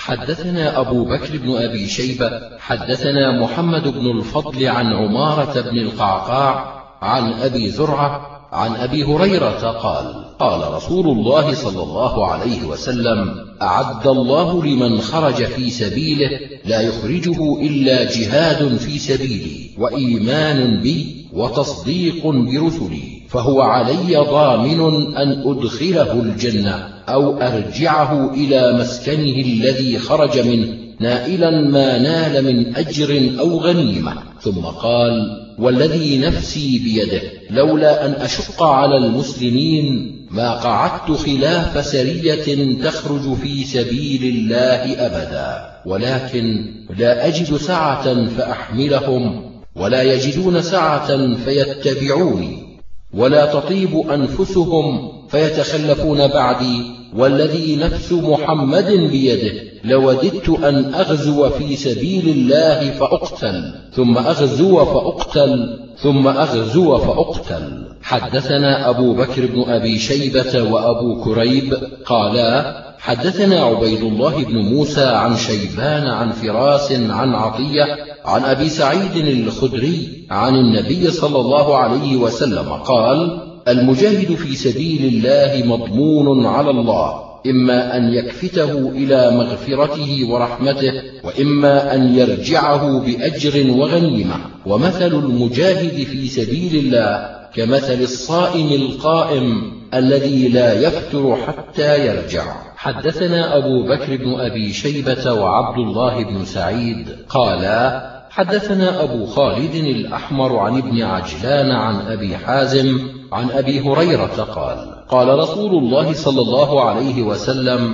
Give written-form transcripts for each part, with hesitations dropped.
حدثنا أبو بكر بن أبي شيبة حدثنا محمد بن الفضل عن عمارة بن القعقاع عن أبي زرعة عن أبي هريرة قال: قال رسول الله صلى الله عليه وسلم: أعد الله لمن خرج في سبيله لا يخرجه إلا جهاد في سبيلي وإيمان بي وتصديق برسلي، فهو علي ضامن أن أدخله الجنة أو أرجعه إلى مسكنه الذي خرج منه نائلا ما نال من أجر أو غنيمة. ثم قال: والذي نفسي بيده لولا أن أشق على المسلمين ما قعدت خلاف سرية تخرج في سبيل الله أبدا، ولكن لا أجد سعة فأحملهم ولا يجدون سعة فيتبعوني، ولا تطيب أنفسهم فيتخلفون بعدي، والذي نفس محمد بيده لوددت أن أغزو في سبيل الله فأقتل ثم أغزو فأقتل ثم أغزو فأقتل. حدثنا أبو بكر بن أبي شيبة وأبو كريب قالا: حدثنا عبيد الله بن موسى عن شيبان عن فراس عن عطية عن أبي سعيد الخدري عن النبي صلى الله عليه وسلم قال: المجاهد في سبيل الله مضمون على الله، إما أن يكفته إلى مغفرته ورحمته، وإما أن يرجعه بأجر وغنيمة. ومثل المجاهد في سبيل الله كمثل الصائم القائم الذي لا يفتر حتى يرجع. حدثنا أبو بكر بن أبي شيبة وعبد الله بن سعيد قالا: حدثنا أبو خالد الأحمر عن ابن عجلان عن أبي حازم عن أبي هريرة قال: قال رسول الله صلى الله عليه وسلم: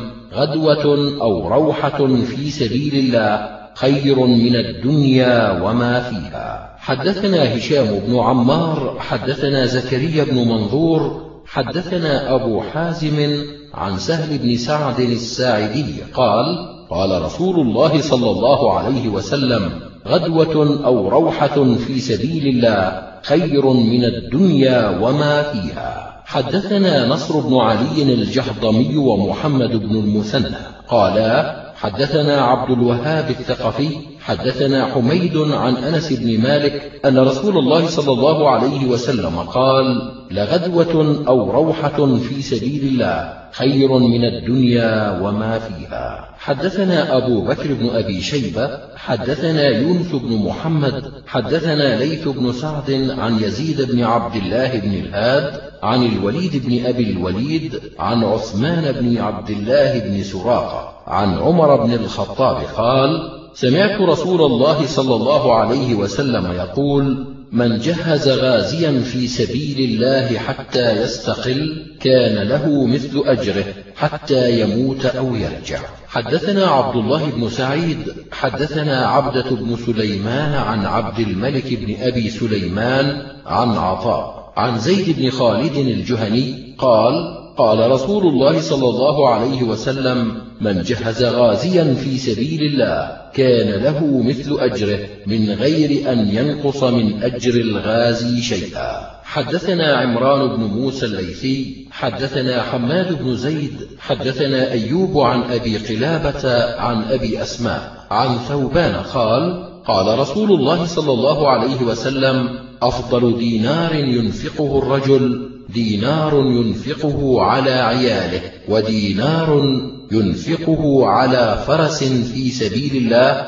غدوة أو روحة في سبيل الله خير من الدنيا وما فيها. حدثنا هشام بن عمار حدثنا زكريا بن منظور حدثنا أبو حازم عن سهل بن سعد الساعدي قال: قال رسول الله صلى الله عليه وسلم: غدوة أو روحة في سبيل الله خير من الدنيا وما فيها. حدثنا نصر بن علي الجهضمي ومحمد بن المثنى قالا: حدثنا عبد الوهاب الثقفي حدثنا حميد عن أنس بن مالك أن رسول الله صلى الله عليه وسلم قال: لغدوة أو روحة في سبيل الله خير من الدنيا وما فيها. حدثنا أبو بكر بن أبي شيبة حدثنا يونس بن محمد حدثنا ليث بن سعد عن يزيد بن عبد الله بن الهاد عن الوليد بن أبي الوليد عن عثمان بن عبد الله بن سراقة عن عمر بن الخطاب قال: سمعت رسول الله صلى الله عليه وسلم يقول: من جهز غازيا في سبيل الله حتى يستقل كان له مثل أجره حتى يموت أو يرجع. حدثنا عبد الله بن سعيد حدثنا عبدة بن سليمان عن عبد الملك بن أبي سليمان عن عطاء عن زيد بن خالد الجهني قال: قال رسول الله صلى الله عليه وسلم: من جهز غازيا في سبيل الله كان له مثل أجره من غير أن ينقص من أجر الغازي شيئا. حدثنا عمران بن موسى الليثي حدثنا حماد بن زيد حدثنا أيوب عن أبي قلابة عن أبي أسماء عن ثوبان قال: قال رسول الله صلى الله عليه وسلم: أفضل دينار ينفقه الرجل دينار ينفقه على عياله، ودينار ينفقه على فرس في سبيل الله،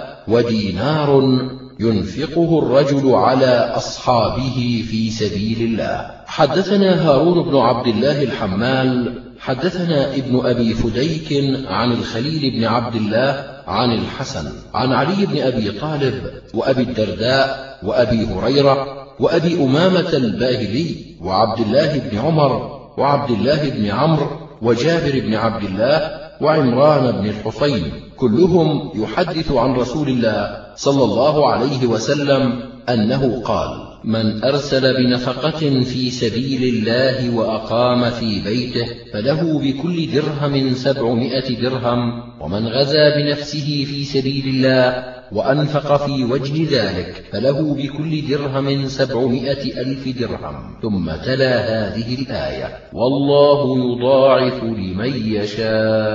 ودينار ينفقه الرجل على أصحابه في سبيل الله. حدثنا هارون بن عبد الله الحمال حدثنا ابن أبي فديك عن الخليل بن عبد الله عن الحسن عن علي بن أبي طالب وأبي الدرداء وأبي هريرة وأبي أمامة الباهلي وعبد الله بن عمر وعبد الله بن عمرو وجابر بن عبد الله وعمران بن الحصين كلهم يحدث عن رسول الله صلى الله عليه وسلم أنه قال: من أرسل بنفقة في سبيل الله وأقام في بيته فله بكل درهم 700 درهم، ومن غزا بنفسه في سبيل الله وأنفق في وجه ذلك فله بكل درهم 700,000 درهم. ثم تلا هذه الآية: والله يضاعف لمن يشاء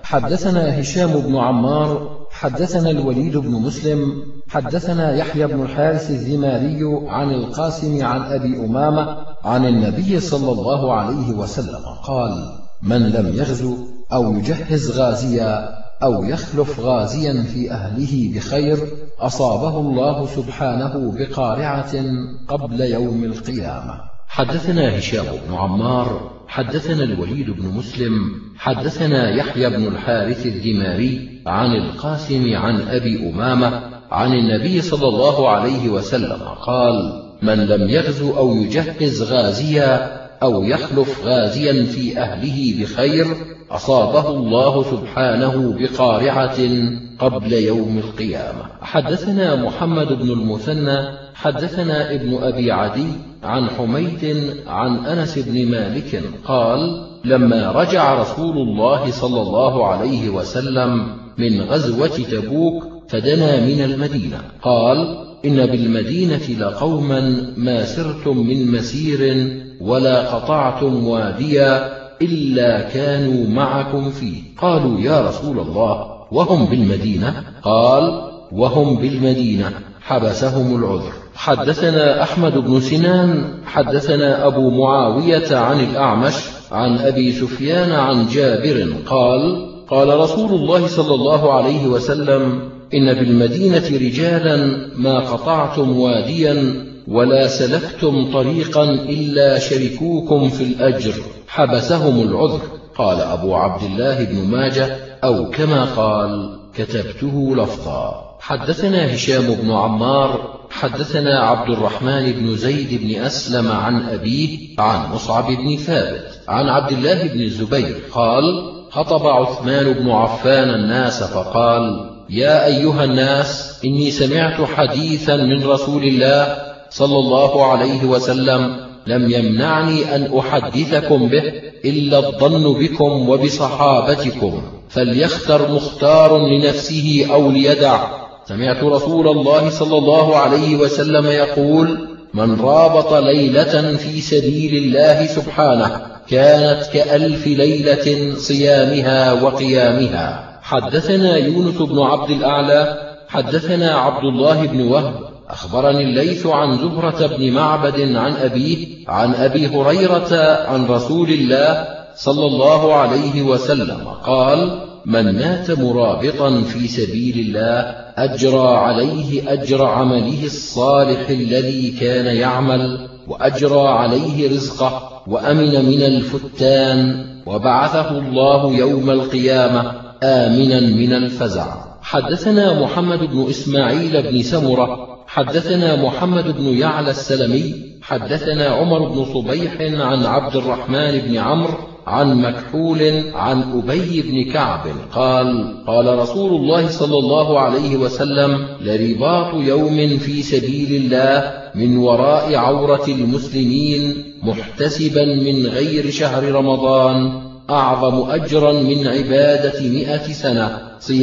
حدثنا هشام بن عمار حدثنا الوليد بن مسلم حدثنا يحيى بن الحارث الذماري عن القاسم عن أبي أمامة عن النبي صلى الله عليه وسلم قال: من لم يغزو أو يجهز غازيا أو يخلف غازيا في أهله بخير أصابه الله سبحانه بقارعة قبل يوم القيامة. حدثنا هشام بن عمار حدثنا الوليد بن مسلم حدثنا يحيى بن الحارث الذماري عن القاسم عن أبي أمامة عن النبي صلى الله عليه وسلم قال: من لم يغزو أو يجهز غازيا أو يخلف غازيا في أهله بخير أصابه الله سبحانه بقارعة قبل يوم القيامة. حدثنا محمد بن المثنى حدثنا ابن أبي عدي عن حميد عن أنس بن مالك قال: لما رجع رسول الله صلى الله عليه وسلم من غزوة تبوك فدنا من المدينة قال: إن بالمدينة لقوما ما سرتم من مسير ولا قطعتم واديا إلا كانوا معكم فيه. قالوا: يا رسول الله وهم بالمدينة؟ قال: وهم بالمدينة حبسهم العذر. حدثنا أحمد بن سنان حدثنا أبو معاوية عن الأعمش عن أبي سفيان عن جابر قال: قال رسول الله صلى الله عليه وسلم: إن بالمدينة رجالا ما قطعتم واديا ولا سلكتم طريقا إلا شركوكم في الأجر حبسهم العذر. قال أبو عبد الله بن ماجه أو كما قال كتبته لفظا. حدثنا هشام بن عمار حدثنا عبد الرحمن بن زيد بن أسلم عن أبيه عن مصعب بن ثابت عن عبد الله بن الزبير قال: خطب عثمان بن عفان الناس فقال: يا أيها الناس، إني سمعت حديثا من رسول الله صلى الله عليه وسلم لم يمنعني أن أحدثكم به إلا الظن بكم وبصحابتكم، فليختر مختار لنفسه أو ليدع. سمعت رسول الله صلى الله عليه وسلم يقول: من رابط ليلة في سبيل الله سبحانه كانت كألف ليلة صيامها وقيامها. حدثنا يونس بن عبد الأعلى حدثنا عبد الله بن وهب أخبرني الليث عن زهرة بن معبد عن أبيه عن أبي هريرة عن رسول الله صلى الله عليه وسلم قال: من مات مرابطا في سبيل الله أجرى عليه أجر عمله الصالح الذي كان يعمل، وأجرى عليه رزقه، وأمن من الفتان، وبعثه الله يوم القيامة آمنا من الفزع. حدثنا محمد بن إسماعيل بن سمرة حدثنا محمد بن يعلى السلمي حدثنا عمر بن صبيح عن عبد الرحمن بن عمرو عن مكحول عن أبي بن كعب قال: قال رسول الله صلى الله عليه وسلم: لرباط يوم في سبيل الله من وراء عورة المسلمين محتسبا من غير شهر رمضان أعظم أجرا من عبادة 100 سنة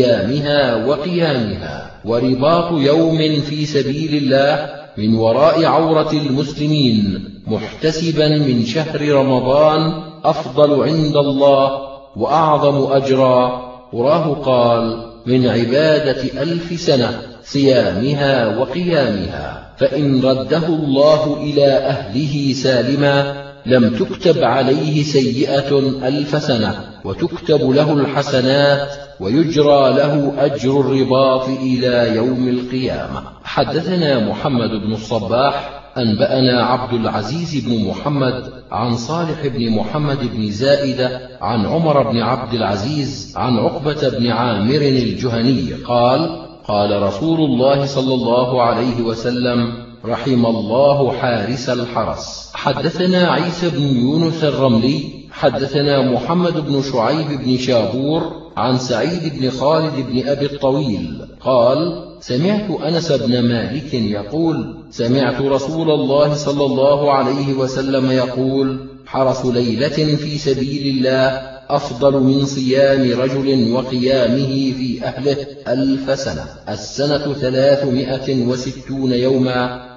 صيامها وقيامها. ورباط يوم في سبيل الله من وراء عورة المسلمين محتسبا من شهر رمضان أفضل عند الله وأعظم أجرا. وراه قال: من عبادة 1000 سنة صيامها وقيامها. فإن رده الله إلى أهله سالما لم تكتب عليه سيئة 1000 سنة، وتكتب له الحسنات، ويجرى له أجر الرباط إلى يوم القيامة. حدثنا محمد بن الصباح أنبأنا عبد العزيز بن محمد عن صالح بن محمد بن زائدة عن عمر بن عبد العزيز عن عقبة بن عامر الجهني قال: قال رسول الله صلى الله عليه وسلم: رحم الله حارس الحرس. حدثنا عيسى بن يونس الرملي حدثنا محمد بن شعيب بن شابور عن سعيد بن خالد بن أبي الطويل قال: سمعت أنس بن مالك يقول: سمعت رسول الله صلى الله عليه وسلم يقول: حرس ليلة في سبيل الله أفضل من صيام رجل وقيامه في أهله 1000 سنة. السنة 360 يوما،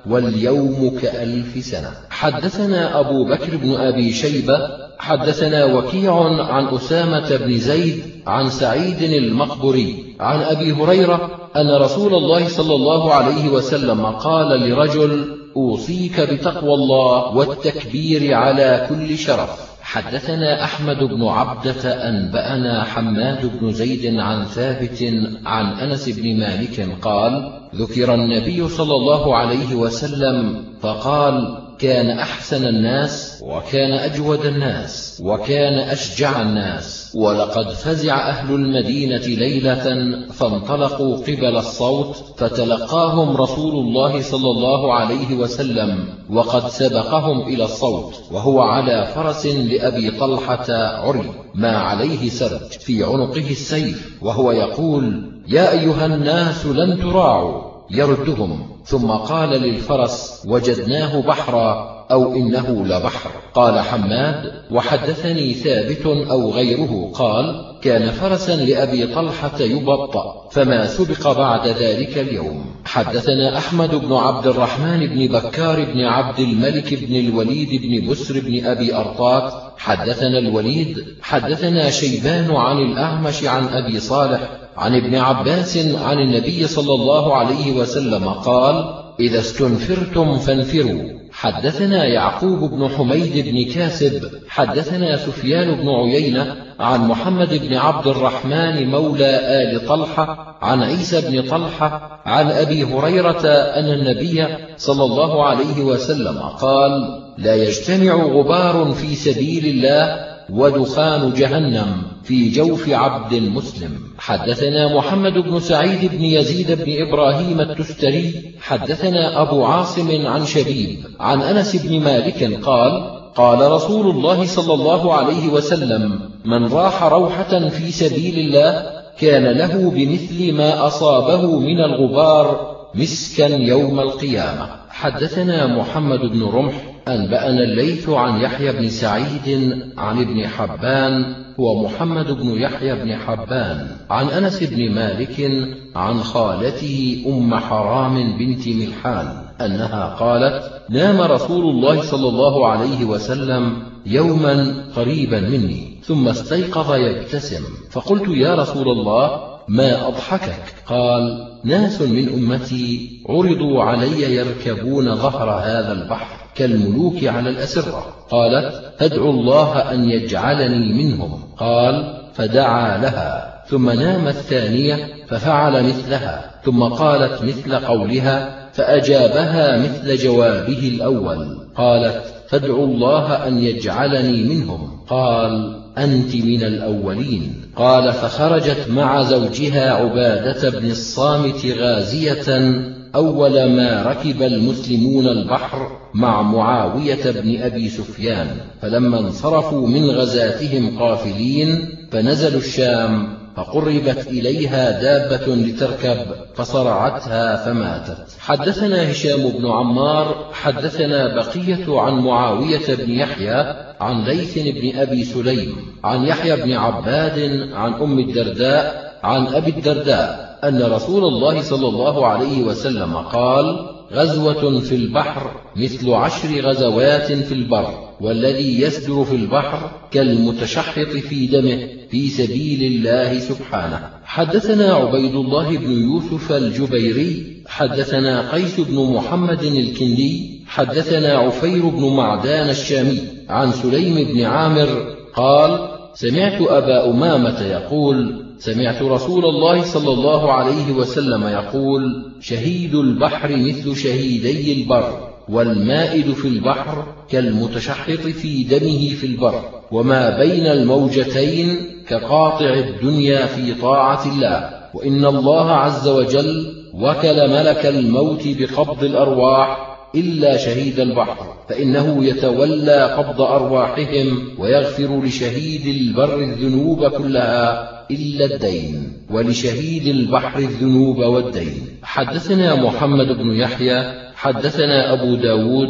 واليوم كألف سنة. حدثنا أبو بكر بن أبي شيبة حدثنا وكيع عن أسامة بن زيد عن سعيد المقبري عن أبي هريرة أن رسول الله صلى الله عليه وسلم قال لرجل: أوصيك بتقوى الله والتكبير على كل شرف. حدثنا أحمد بن عبدة أنبأنا حماد بن زيد عن ثابت عن أنس بن مالك قال: ذكر النبي صلى الله عليه وسلم فقال: كان أحسن الناس وكان أجود الناس وكان أشجع الناس، ولقد فزع أهل المدينة ليلة فانطلقوا قبل الصوت فتلقاهم رسول الله صلى الله عليه وسلم وقد سبقهم إلى الصوت وهو على فرس لأبي طلحة عري ما عليه سرج في عنقه السيف، وهو يقول: يا أيها الناس لن تراعوا، يردهم، ثم قال للفرس: وجدناه بحرا أو إنه لبحر. قال حماد: وحدثني ثابت أو غيره قال: كان فرسا لأبي طلحة يبطأ فما سبق بعد ذلك اليوم. حدثنا أحمد بن عبد الرحمن بن بكار بن عبد الملك بن الوليد بن بسر بن أبي أرطات حدثنا الوليد حدثنا شيبان عن الأعمش عن أبي صالح عن ابن عباس عن النبي صلى الله عليه وسلم قال: إذا استنفرتم فانفروا. حدثنا يعقوب بن حميد بن كاسب حدثنا سفيان بن عيينة عن محمد بن عبد الرحمن مولى آل طلحة عن عيسى بن طلحة عن أبي هريرة أن النبي صلى الله عليه وسلم قال: لا يجتمع غبار في سبيل الله ودخان جهنم في جوف عبد مسلم. حدثنا محمد بن سعيد بن يزيد بن إبراهيم التستري حدثنا أبو عاصم عن شبيب عن أنس بن مالك قال: قال رسول الله صلى الله عليه وسلم: من راح روحة في سبيل الله كان له بمثل ما أصابه من الغبار مسكا يوم القيامة. حدثنا محمد بن رمح أنبأنا الليث عن يحيى بن سعيد عن ابن حبان ومحمد بن يحيى بن حبان عن أنس بن مالك عن خالته أم حرام بنت ملحان أنها قالت: نام رسول الله صلى الله عليه وسلم يوما قريبا مني ثم استيقظ يبتسم، فقلت: يا رسول الله ما أضحكك؟ قال: ناس من أمتي عرضوا علي يركبون ظهر هذا البحر كالملوك على الأسرة. قالت: فادعوا الله أن يجعلني منهم. قال: فدعا لها، ثم نام الثانية ففعل مثلها، ثم قالت مثل قولها فأجابها مثل جوابه الأول. قالت: فادعوا الله أن يجعلني منهم. قال: أنت من الأولين. قال: فخرجت مع زوجها عبادة بن الصامت غازية أول ما ركب المسلمون البحر مع معاوية بن أبي سفيان، فلما انصرفوا من غزاتهم قافلين فنزلوا الشام فقربت إليها دابة لتركب فصرعتها فماتت. حدثنا هشام بن عمار حدثنا بقية عن معاوية بن يحيى عن ليث بن أبي سليم عن يحيى بن عباد عن أم الدرداء عن أبي الدرداء أن رسول الله صلى الله عليه وسلم قال: غزوة في البحر مثل 10 غزوات في البر، والذي يسدر في البحر كالمتشحط في دمه في سبيل الله سبحانه. حدثنا عبيد الله بن يوسف الجبيري حدثنا قيس بن محمد الكندي حدثنا عفير بن معدان الشامي عن سليم بن عامر قال: سمعت أبا أمامة يقول: سمعت رسول الله صلى الله عليه وسلم يقول: شهيد البحر مثل شهيدي البر، والمائد في البحر كالمتشحط في دمه في البر، وما بين الموجتين كقاطع الدنيا في طاعة الله، وإن الله عز وجل وكل ملك الموت بقبض الأرواح إلا شهيد البحر، فإنه يتولى قبض أرواحهم ويغفر لشهيد البر الذنوب كلها إلا الدين، ولشهيد البحر الذنوب والدين. حدثنا محمد بن يحيى حدثنا أبو داود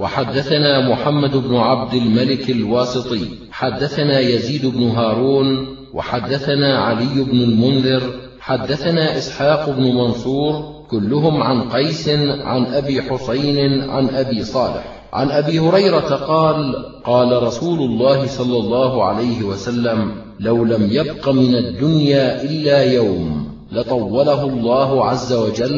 وحدثنا محمد بن عبد الملك الواسطي حدثنا يزيد بن هارون وحدثنا علي بن المنذر حدثنا إسحاق بن منصور كلهم عن قيس عن أبي حسين عن أبي صالح عن أبي هريرة قال: قال رسول الله صلى الله عليه وسلم: لو لم يبق من الدنيا إلا يوم لطوله الله عز وجل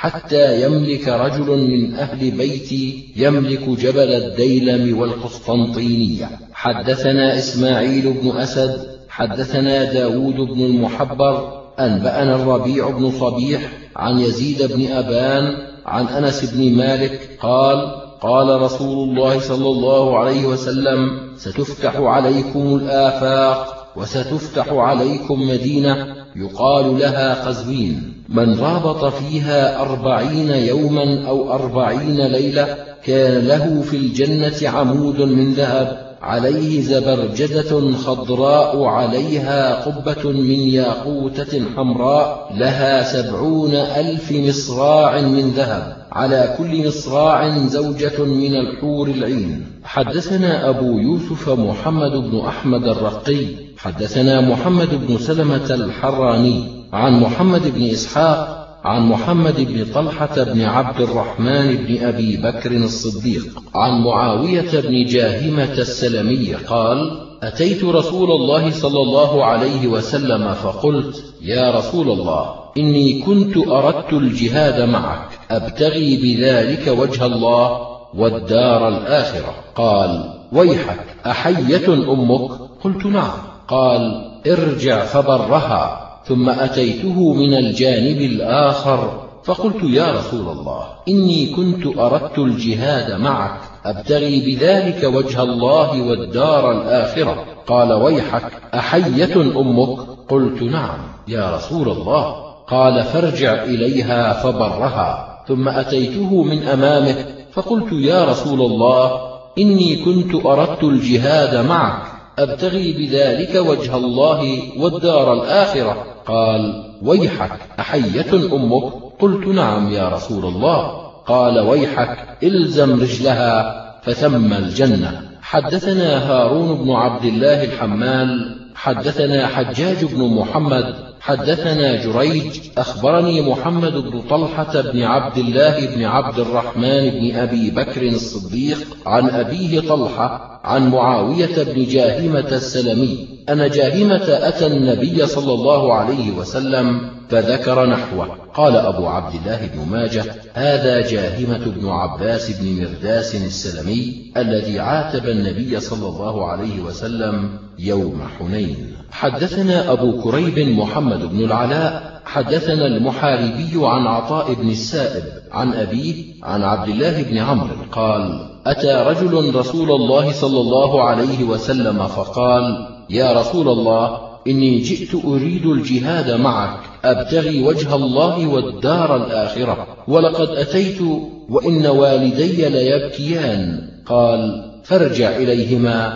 حتى يملك رجل من أهل بيتي يملك جبل الديلم والقسطنطينية. حدثنا إسماعيل بن أسد حدثنا داود بن المحبر أنبأنا الربيع بن صبيح عن يزيد بن أبان عن أنس بن مالك قال: قال رسول الله صلى الله عليه وسلم: ستفتح عليكم الآفاق وستفتح عليكم مدينة يقال لها قزوين، من رابط فيها 40 يوما أو 40 ليلة كان له في الجنة عمود من ذهب عليه زبرجدة خضراء عليها قبة من ياقوتة حمراء لها 70,000 مصراع من ذهب، على كل مصراع زوجة من الحور العين. حدثنا أبو يوسف محمد بن أحمد الرقي حدثنا محمد بن سلمة الحراني عن محمد بن إسحاق عن محمد بن طلحة بن عبد الرحمن بن أبي بكر الصديق عن معاوية بن جاهمة السلمي قال: أتيت رسول الله صلى الله عليه وسلم فقلت: يا رسول الله، إني كنت أردت الجهاد معك أبتغي بذلك وجه الله والدار الآخرة. قال: ويحك، أحية أمك؟ قلت: نعم. قال: ارجع فبرها. ثم أتيته من الجانب الآخر فقلت: يا رسول الله، إني كنت أردت الجهاد معك أبتغي بذلك وجه الله والدار الآخرة. قال: ويحك، أحية أمك؟ قلت: نعم يا رسول الله. قال: فارجع إليها فبرها. ثم أتيته من أمامه فقلت: يا رسول الله، إني كنت أردت الجهاد معك أبتغي بذلك وجه الله والدار الآخرة. قال: ويحك، أحية أمك؟ قلت: نعم يا رسول الله. قال: ويحك، إلزم رجلها فثم الجنة. حدثنا هارون بن عبد الله الحمال حدثنا حجاج بن محمد حدثنا جريج أخبرني محمد بن طلحة بن عبد الله بن عبد الرحمن بن أبي بكر الصديق عن أبيه طلحة عن معاوية بن جاهمة السلمي أن جاهمة أتى النبي صلى الله عليه وسلم فذكر نحوه. قال أبو عبد الله بن ماجه: هذا جاهمة بن عباس بن مرداس السلمي الذي عاتب النبي صلى الله عليه وسلم يوم حنين. حدثنا أبو كريب محمد بن العلاء حدثنا المحاربي عن عطاء بن السائب عن أبيه عن عبد الله بن عمرو قال: أتى رجل رسول الله صلى الله عليه وسلم فقال: يا رسول الله، إني جئت أريد الجهاد معك أبتغي وجه الله والدار الآخرة، ولقد أتيت وإن والدي ليبكيان. قال: فارجع إليهما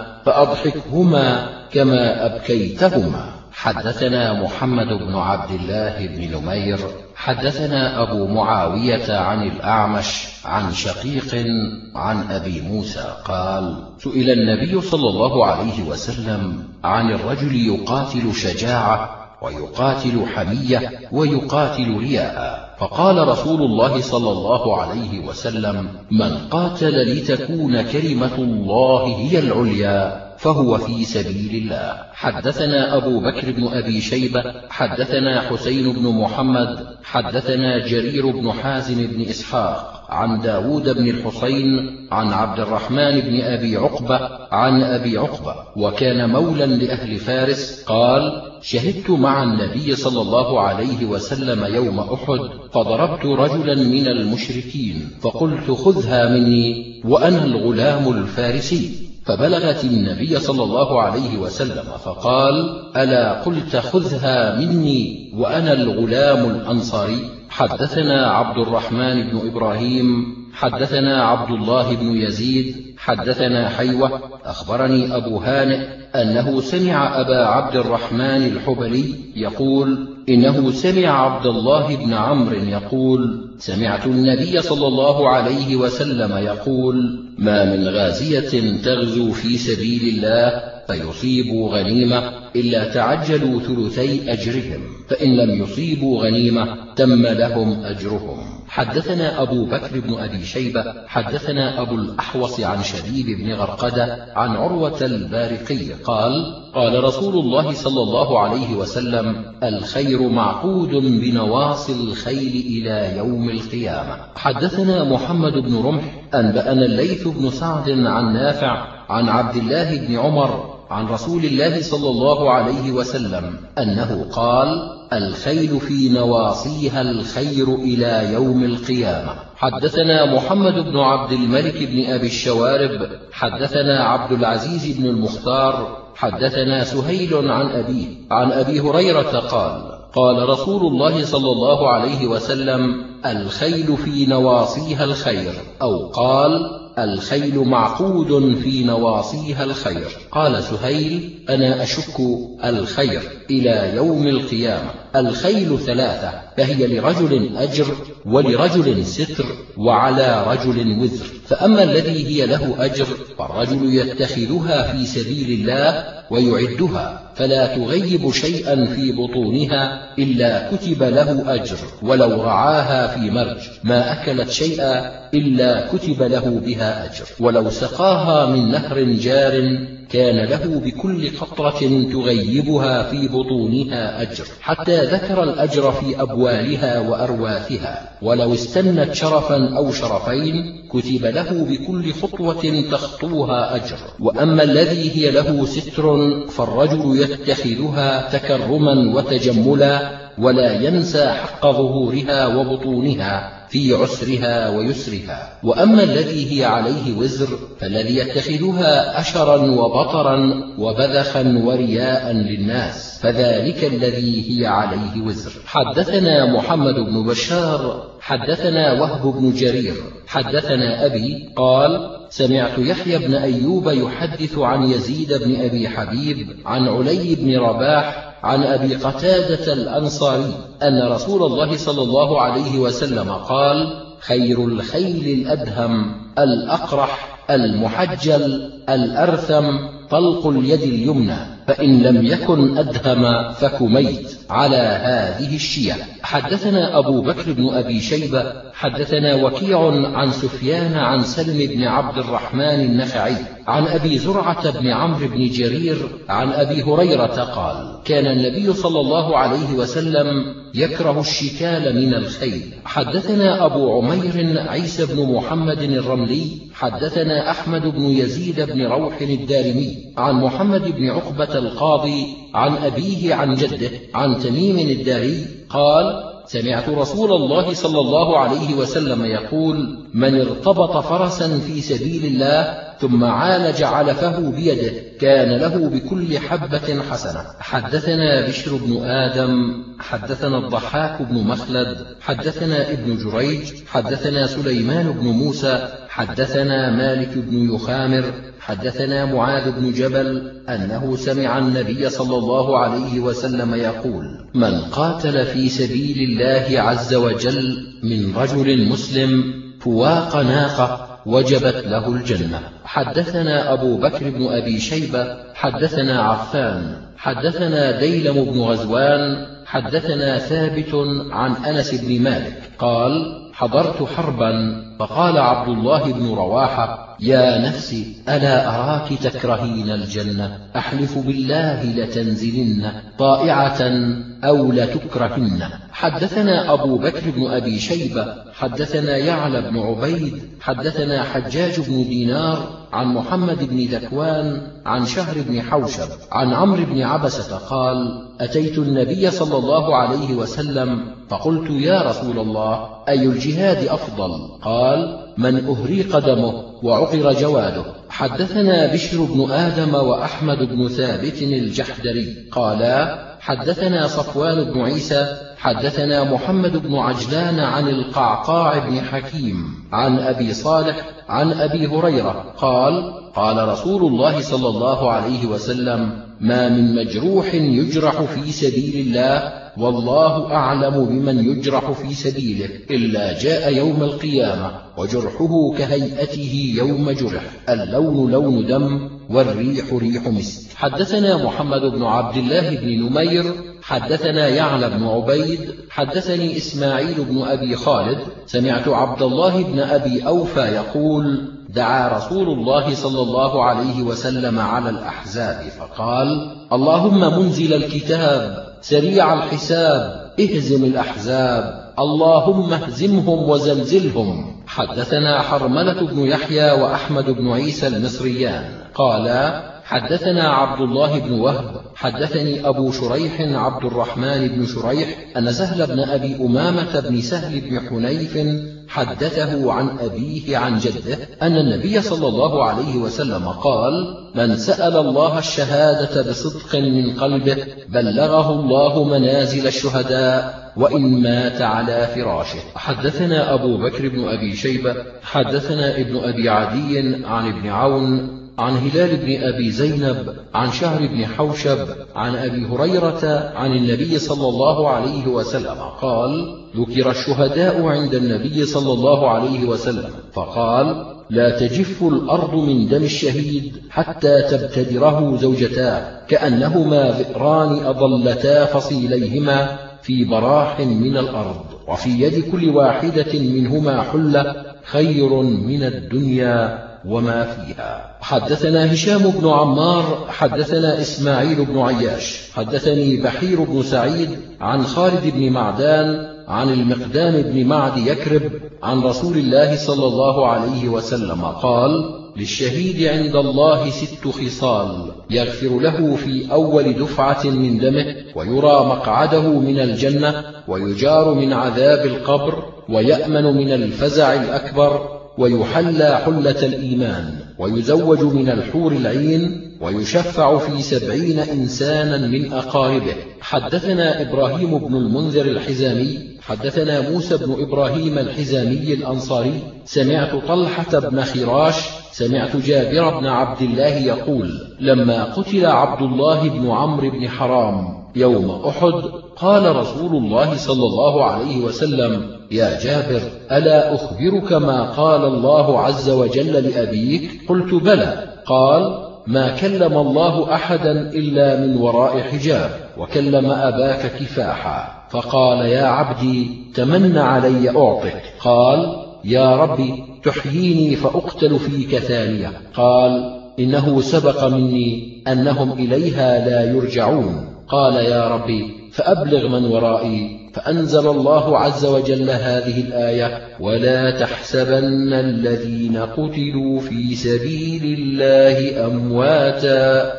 فأضحكهما كما أبكيتهما. حدثنا محمد بن عبد الله بن نمير حدثنا أبو معاوية عن الأعمش عن شقيق عن أبي موسى قال: سئل النبي صلى الله عليه وسلم عن الرجل يقاتل شجاعة ويقاتل حمية ويقاتل رياء، فقال رسول الله صلى الله عليه وسلم: من قاتل لتكون كلمة الله هي العليا فهو في سبيل الله. حدثنا أبو بكر بن أبي شيبة حدثنا حسين بن محمد حدثنا جرير بن حازم بن إسحاق عن داود بن الحسين عن عبد الرحمن بن أبي عقبة عن أبي عقبة وكان مولا لأهل فارس قال: شهدت مع النبي صلى الله عليه وسلم يوم أحد فضربت رجلا من المشركين فقلت: خذها مني وأنا الغلام الفارسي. فبلغت النبي صلى الله عليه وسلم فقال: ألا قلت خذها مني وأنا الغلام الأنصاري؟ حدثنا عبد الرحمن بن إبراهيم حدثنا عبد الله بن يزيد حدثنا حيوة أخبرني أبو هانئ أنه سمع أبا عبد الرحمن الحبلي يقول: إنه سمع عبد الله بن عمرو يقول: سمعت النبي صلى الله عليه وسلم يقول: ما من غازية تغزو في سبيل الله فيصيبوا غنيمة إلا تعجلوا ثلثي أجرهم، فإن لم يصيبوا غنيمة تم لهم أجرهم. حدثنا أبو بكر بن أبي شيبة حدثنا أبو الأحوص عن شبيب بن غرقدة عن عروة البارقي قال: قال رسول الله صلى الله عليه وسلم: الخير معقود بنواصي الخيل إلى يوم القيامة. حدثنا محمد بن رمح أنبأنا الليث بن سعد عن نافع عن عبد الله بن عمر عن رسول الله صلى الله عليه وسلم أنه قال: الخيل في نواصيها الخير إلى يوم القيامة. حدثنا محمد بن عبد الملك بن أبي الشوارب حدثنا عبد العزيز بن المختار حدثنا سهيل عن أبي هريرة قال: قال رسول الله صلى الله عليه وسلم: الخيل في نواصيها الخير، أو قال: الخيل معقود في نواصيها الخير. قال سهيل: أنا أشك الخير إلى يوم القيامة. الخيل ثلاثة، فهي لرجل أجر ولرجل ستر وعلى رجل وزر، فأما الذي هي له أجر فالرجل يتخذها في سبيل الله ويعدها فلا تغيب شيئا في بطونها إلا كتب له أجر، ولو رعاها في مرج ما أكلت شيئا إلا كتب له بها أجر، ولو سقاها من نهر جار كان له بكل قطرة تغيبها في بطونها أجر، حتى ذكر الأجر في أبوالها وأرواثها، ولو استنت شرفا أو شرفين كتب له بكل خطوة تخطوها أجر. وأما الذي هي له ستر فالرجل يتخذها تكرما وتجملا ولا ينسى حق ظهورها وبطونها في عسرها ويسرها. وأما الذي هي عليه وزر فالذي يتخذها أشرا وبطرا وبذخا ورياء للناس، فذلك الذي هي عليه وزر. حدثنا محمد بن بشار حدثنا وهب بن جرير حدثنا أبي قال: سمعت يحيى بن أيوب يحدث عن يزيد بن أبي حبيب عن علي بن رباح عن أبي قتادة الأنصاري أن رسول الله صلى الله عليه وسلم قال: خير الخيل الأدهم الأقرح المحجل الأرثم طلق اليد اليمنى، فإن لم يكن أدهم فكميت على هذه الشية. حدثنا أبو بكر بن أبي شيبة حدثنا وكيع عن سفيان عن سلم بن عبد الرحمن النخعي عن أبي زرعة بن عمرو بن جرير عن أبي هريرة قال: كان النبي صلى الله عليه وسلم يكره الشكال من الخيل. حدثنا أبو عمير عيسى بن محمد الرملي حدثنا أحمد بن يزيد بن روح الدارمي عن محمد بن عقبة القاضي عن أبيه عن جده عن تميم الداري قال: سمعت رسول الله صلى الله عليه وسلم يقول: من ارتبط فرسا في سبيل الله ثم عالج علفه بيده كان له بكل حبة حسنة. حدثنا بشر بن آدم حدثنا الضحاك بن مخلد حدثنا ابن جريج حدثنا سليمان بن موسى حدثنا مالك بن يخامر حدثنا معاذ بن جبل أنه سمع النبي صلى الله عليه وسلم يقول: من قاتل في سبيل الله عز وجل من رجل مسلم فواق ناقة وجبت له الجنة. حدثنا أبو بكر بن أبي شيبة حدثنا عفان حدثنا ديلم بن غزوان حدثنا ثابت عن أنس بن مالك قال: حضرت حربا فقال عبد الله بن رواحة: يا نفسي ألا أراك تكرهين الجنة، أحلف بالله لتنزلن طائعة أو لتكرهن. حدثنا أبو بكر بن أبي شيبة حدثنا يعلى بن عبيد حدثنا حجاج بن دينار عن محمد بن ذكوان عن شهر بن حوشب عن عمرو بن عبسة قال: أتيت النبي صلى الله عليه وسلم فقلت: يا رسول الله، أي الجهاد أفضل؟ قال: من أهريق دمه وعقر جواده. حدثنا بشر بن آدم وأحمد بن ثابت الجحدري قالا: حدثنا صفوان بن عيسى حدثنا محمد بن عجلان عن القعقاع بن حكيم عن أبي صالح عن أبي هريرة قال: قال رسول الله صلى الله عليه وسلم: ما من مجروح يجرح في سبيل الله والله أعلم بمن يجرح في سبيله إلا جاء يوم القيامة وجرحه كهيئته يوم جرح، اللون لون دم والريح ريح مسك. حدثنا محمد بن عبد الله بن نمير حدثنا يعلى بن عبيد حدثني إسماعيل بن أبي خالد سمعت عبد الله بن أبي أوفى يقول: دعا رسول الله صلى الله عليه وسلم على الأحزاب فقال: اللهم منزل الكتاب سريع الحساب اهزم الأحزاب اللهم اهزمهم وزلزلهم. حدثنا حرملة بن يحيى وأحمد بن عيسى المصريان قالا: حدثنا عبد الله بن وهب حدثني أبو شريح عبد الرحمن بن شريح أن سهل بن أبي أمامة بن سهل بن حنيف حدثه عن أبيه عن جده أن النبي صلى الله عليه وسلم قال: من سأل الله الشهادة بصدق من قلبه بلغه الله منازل الشهداء وإن مات على فراشه. حدثنا أبو بكر بن أبي شيبة حدثنا ابن أبي عدي عن ابن عون عن هلال بن أبي زينب عن شهر بن حوشب عن أبي هريرة عن النبي صلى الله عليه وسلم قال: ذكر الشهداء عند النبي صلى الله عليه وسلم فقال: لا تجف الأرض من دم الشهيد حتى تبتدره زوجتاه كأنهما ذئران أضلتا فصيليهما في براح من الأرض، وفي يد كل واحدة منهما حلة خير من الدنيا وما فيها. حدثنا هشام بن عمار حدثنا إسماعيل بن عياش حدثني بحير بن سعيد عن خالد بن معدان عن المقدام بن معد يكرب عن رسول الله صلى الله عليه وسلم قال: للشهيد عند الله 6 خصال: يغفر له في أول دفعة من دمه، ويرى مقعده من الجنة، ويجار من عذاب القبر، ويأمن من الفزع الأكبر، ويحلى حلة الإيمان، ويزوج من الحور العين، ويشفع في 70 إنسانا من أقاربه. حدثنا إبراهيم بن المنذر الحزامي حدثنا موسى بن إبراهيم الحزامي الأنصاري سمعت طلحة بن خراش سمعت جابر بن عبد الله يقول: لما قتل عبد الله بن عمرو بن حرام يوم أحد قال رسول الله صلى الله عليه وسلم: يا جابر، ألا أخبرك ما قال الله عز وجل لأبيك؟ قلت: بلى. قال: ما كلم الله أحدا إلا من وراء حجاب، وكلم أباك كفاحا، فقال: يا عبدي تمن علي أعطك. قال: يا ربي تحييني فأقتل فيك ثانية. قال: إنه سبق مني أنهم إليها لا يرجعون. قال: يا ربي فأبلغ من ورائي. فأنزل الله عز وجل هذه الآية: ولا تحسبن الذين قتلوا في سبيل الله أمواتا،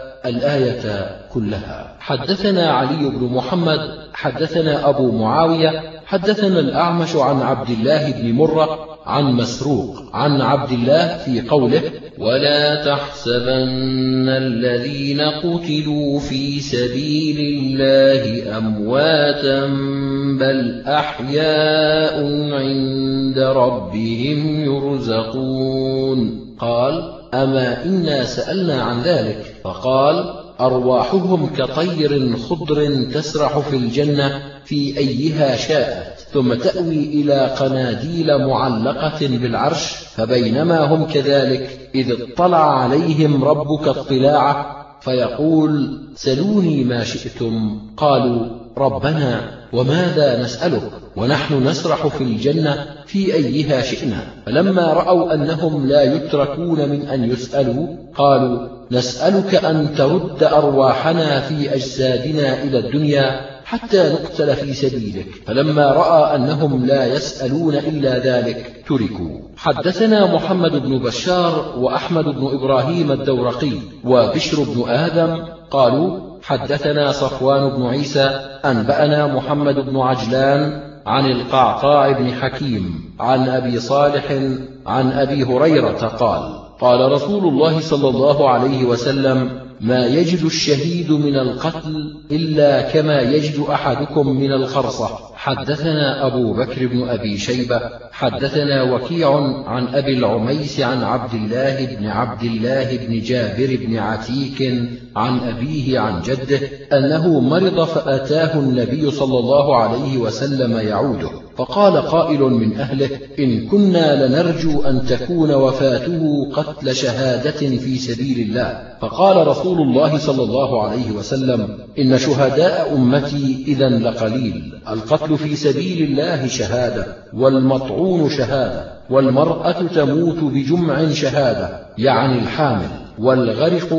الآية كلها. حدثنا علي بن محمد حدثنا أبو معاوية حدثنا الأعمش عن عبد الله بن مرة عن مسروق عن عبد الله في قوله: ولا تحسبن الذين قتلوا في سبيل الله أمواتا بل أحياء عند ربهم يرزقون. قال: أما إنا سألنا عن ذلك. فقال: أرواحهم كطير خضر تسرح في الجنة في أيها شاءت، ثم تأوي إلى قناديل معلقة بالعرش، فبينما هم كذلك إذ اطلع عليهم ربك اطلاعه فيقول: سلوني ما شئتم. قالوا: ربنا وماذا نسألك ونحن نسرح في الجنة في أيها شئنا؟ فلما رأوا أنهم لا يتركون من أن يسألوا قالوا: نسألك أن ترد أرواحنا في أجسادنا إلى الدنيا حتى نقتل في سبيلك. فلما رأى أنهم لا يسألون إلا ذلك تركوا. حدثنا محمد بن بشار وأحمد بن إبراهيم الدورقي وبشر بن آدم قالوا: حدثنا صفوان بن عيسى أنبأنا محمد بن عجلان عن القعقاع بن حكيم عن أبي صالح عن أبي هريرة قال: قال رسول الله صلى الله عليه وسلم: ما يجد الشهيد من القتل إلا كما يجد أحدكم من الخرصة، حدثنا أبو بكر بن أبي شيبة حدثنا وكيع عن أبي العميس عن عبد الله بن جابر بن عتيك عن أبيه عن جده أنه مرض فأتاه النبي صلى الله عليه وسلم يعوده، فقال قائل من أهله: إن كنا لنرجو أن تكون وفاته قتل شهادة في سبيل الله. فقال رسول الله صلى الله عليه وسلم: إن شهداء أمتي إذا لقليل، القتل في سبيل الله شهادة، والمطعون شهادة، والمرأة تموت بجمع شهادة، يعني الحامل، والغرق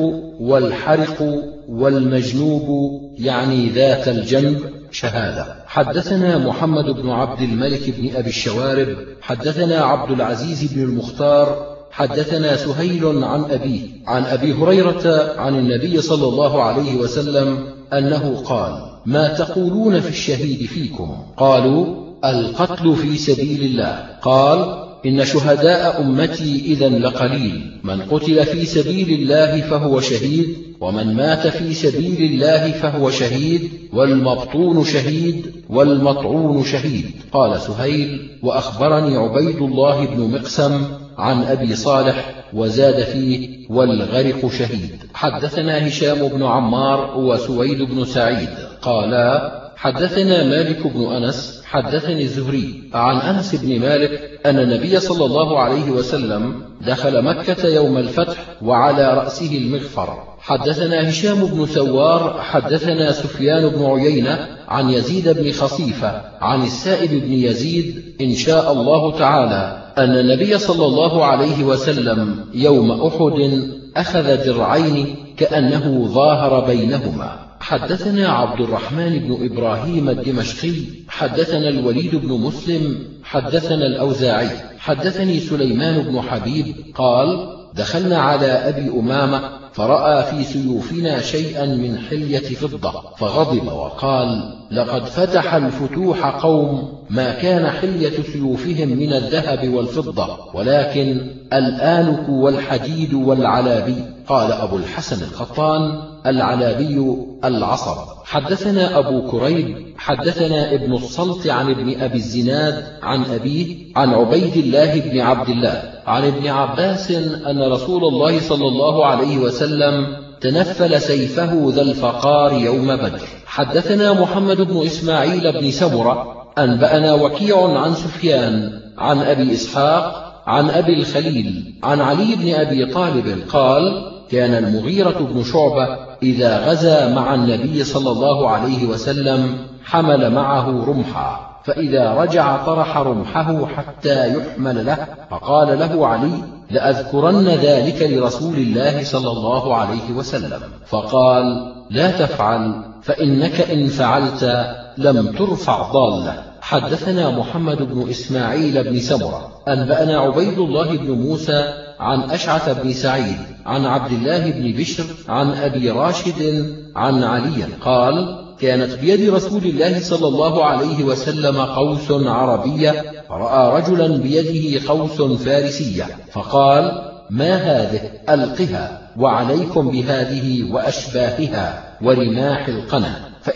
والحرق والمجنوب يعني ذات الجنب شهادة. حدثنا محمد بن عبد الملك بن أبي الشوارب حدثنا عبد العزيز بن المختار حدثنا سهيل عن أبيه عن أبي هريرة عن النبي صلى الله عليه وسلم أنه قال: ما تقولون في الشهيد فيكم؟ قالوا: القتل في سبيل الله. قال: إن شهداء أمتي إذا لقليل، من قتل في سبيل الله فهو شهيد، ومن مات في سبيل الله فهو شهيد، والمبطون شهيد، والمطعون شهيد. قال سهيل: وأخبرني عبيد الله بن مقسم عن أبي صالح وزاد فيه: والغرق شهيد. حدثنا هشام بن عمار وسويد بن سعيد قالا: حدثنا مالك بن أنس حدثني الزهري عن أنس بن مالك أن النبي صلى الله عليه وسلم دخل مكة يوم الفتح وعلى رأسه المغفر. حدثنا هشام بن ثوار حدثنا سفيان بن عيينة عن يزيد بن خصيفة عن السائب بن يزيد إن شاء الله تعالى أن النبي صلى الله عليه وسلم يوم أحد أخذ درعين كأنه ظاهر بينهما. حدثنا عبد الرحمن بن إبراهيم الدمشقي حدثنا الوليد بن مسلم حدثنا الأوزاعي حدثني سليمان بن حبيب قال: دخلنا على أبي أمامة فرأى في سيوفنا شيئا من حلية فضة فغضب وقال: لقد فتح الفتوح قوم ما كان حلية سيوفهم من الذهب والفضة، ولكن الآنك والحديد والعلابي. قال أبو الحسن القطان: العلابي العصب. حدثنا أبو كريب حدثنا ابن الصلت عن ابن أبي الزناد عن أبيه عن عبيد الله بن عبد الله عن ابن عباس أن رسول الله صلى الله عليه وسلم تنفل سيفه ذا الفقار يوم بدر. حدثنا محمد بن إسماعيل بن سمرة أنبأنا وكيع عن سفيان عن أبي إسحاق عن أبي الخليل عن علي بن أبي طالب قال: كان المغيرة بن شعبة إذا غزا مع النبي صلى الله عليه وسلم حمل معه رمحا، فإذا رجع طرح رمحه حتى يحمل له، فقال له علي: لأذكرن ذلك لرسول الله صلى الله عليه وسلم. فقال: لا تفعل، فإنك إن فعلت لم ترفع ضالة. حدثنا محمد بن إسماعيل بن سمرة أنبأنا عبيد الله بن موسى عن أشعث بن سعيد عن عبد الله بن بشر عن أبي راشد عن علي قال: كانت بيد رسول الله صلى الله عليه وسلم قوس عربية، فرأى رجلا بيده قوس فارسية، فقال: ما هذه؟ ألقها، وعليكم بهذه وأشباهها ورماح القنا،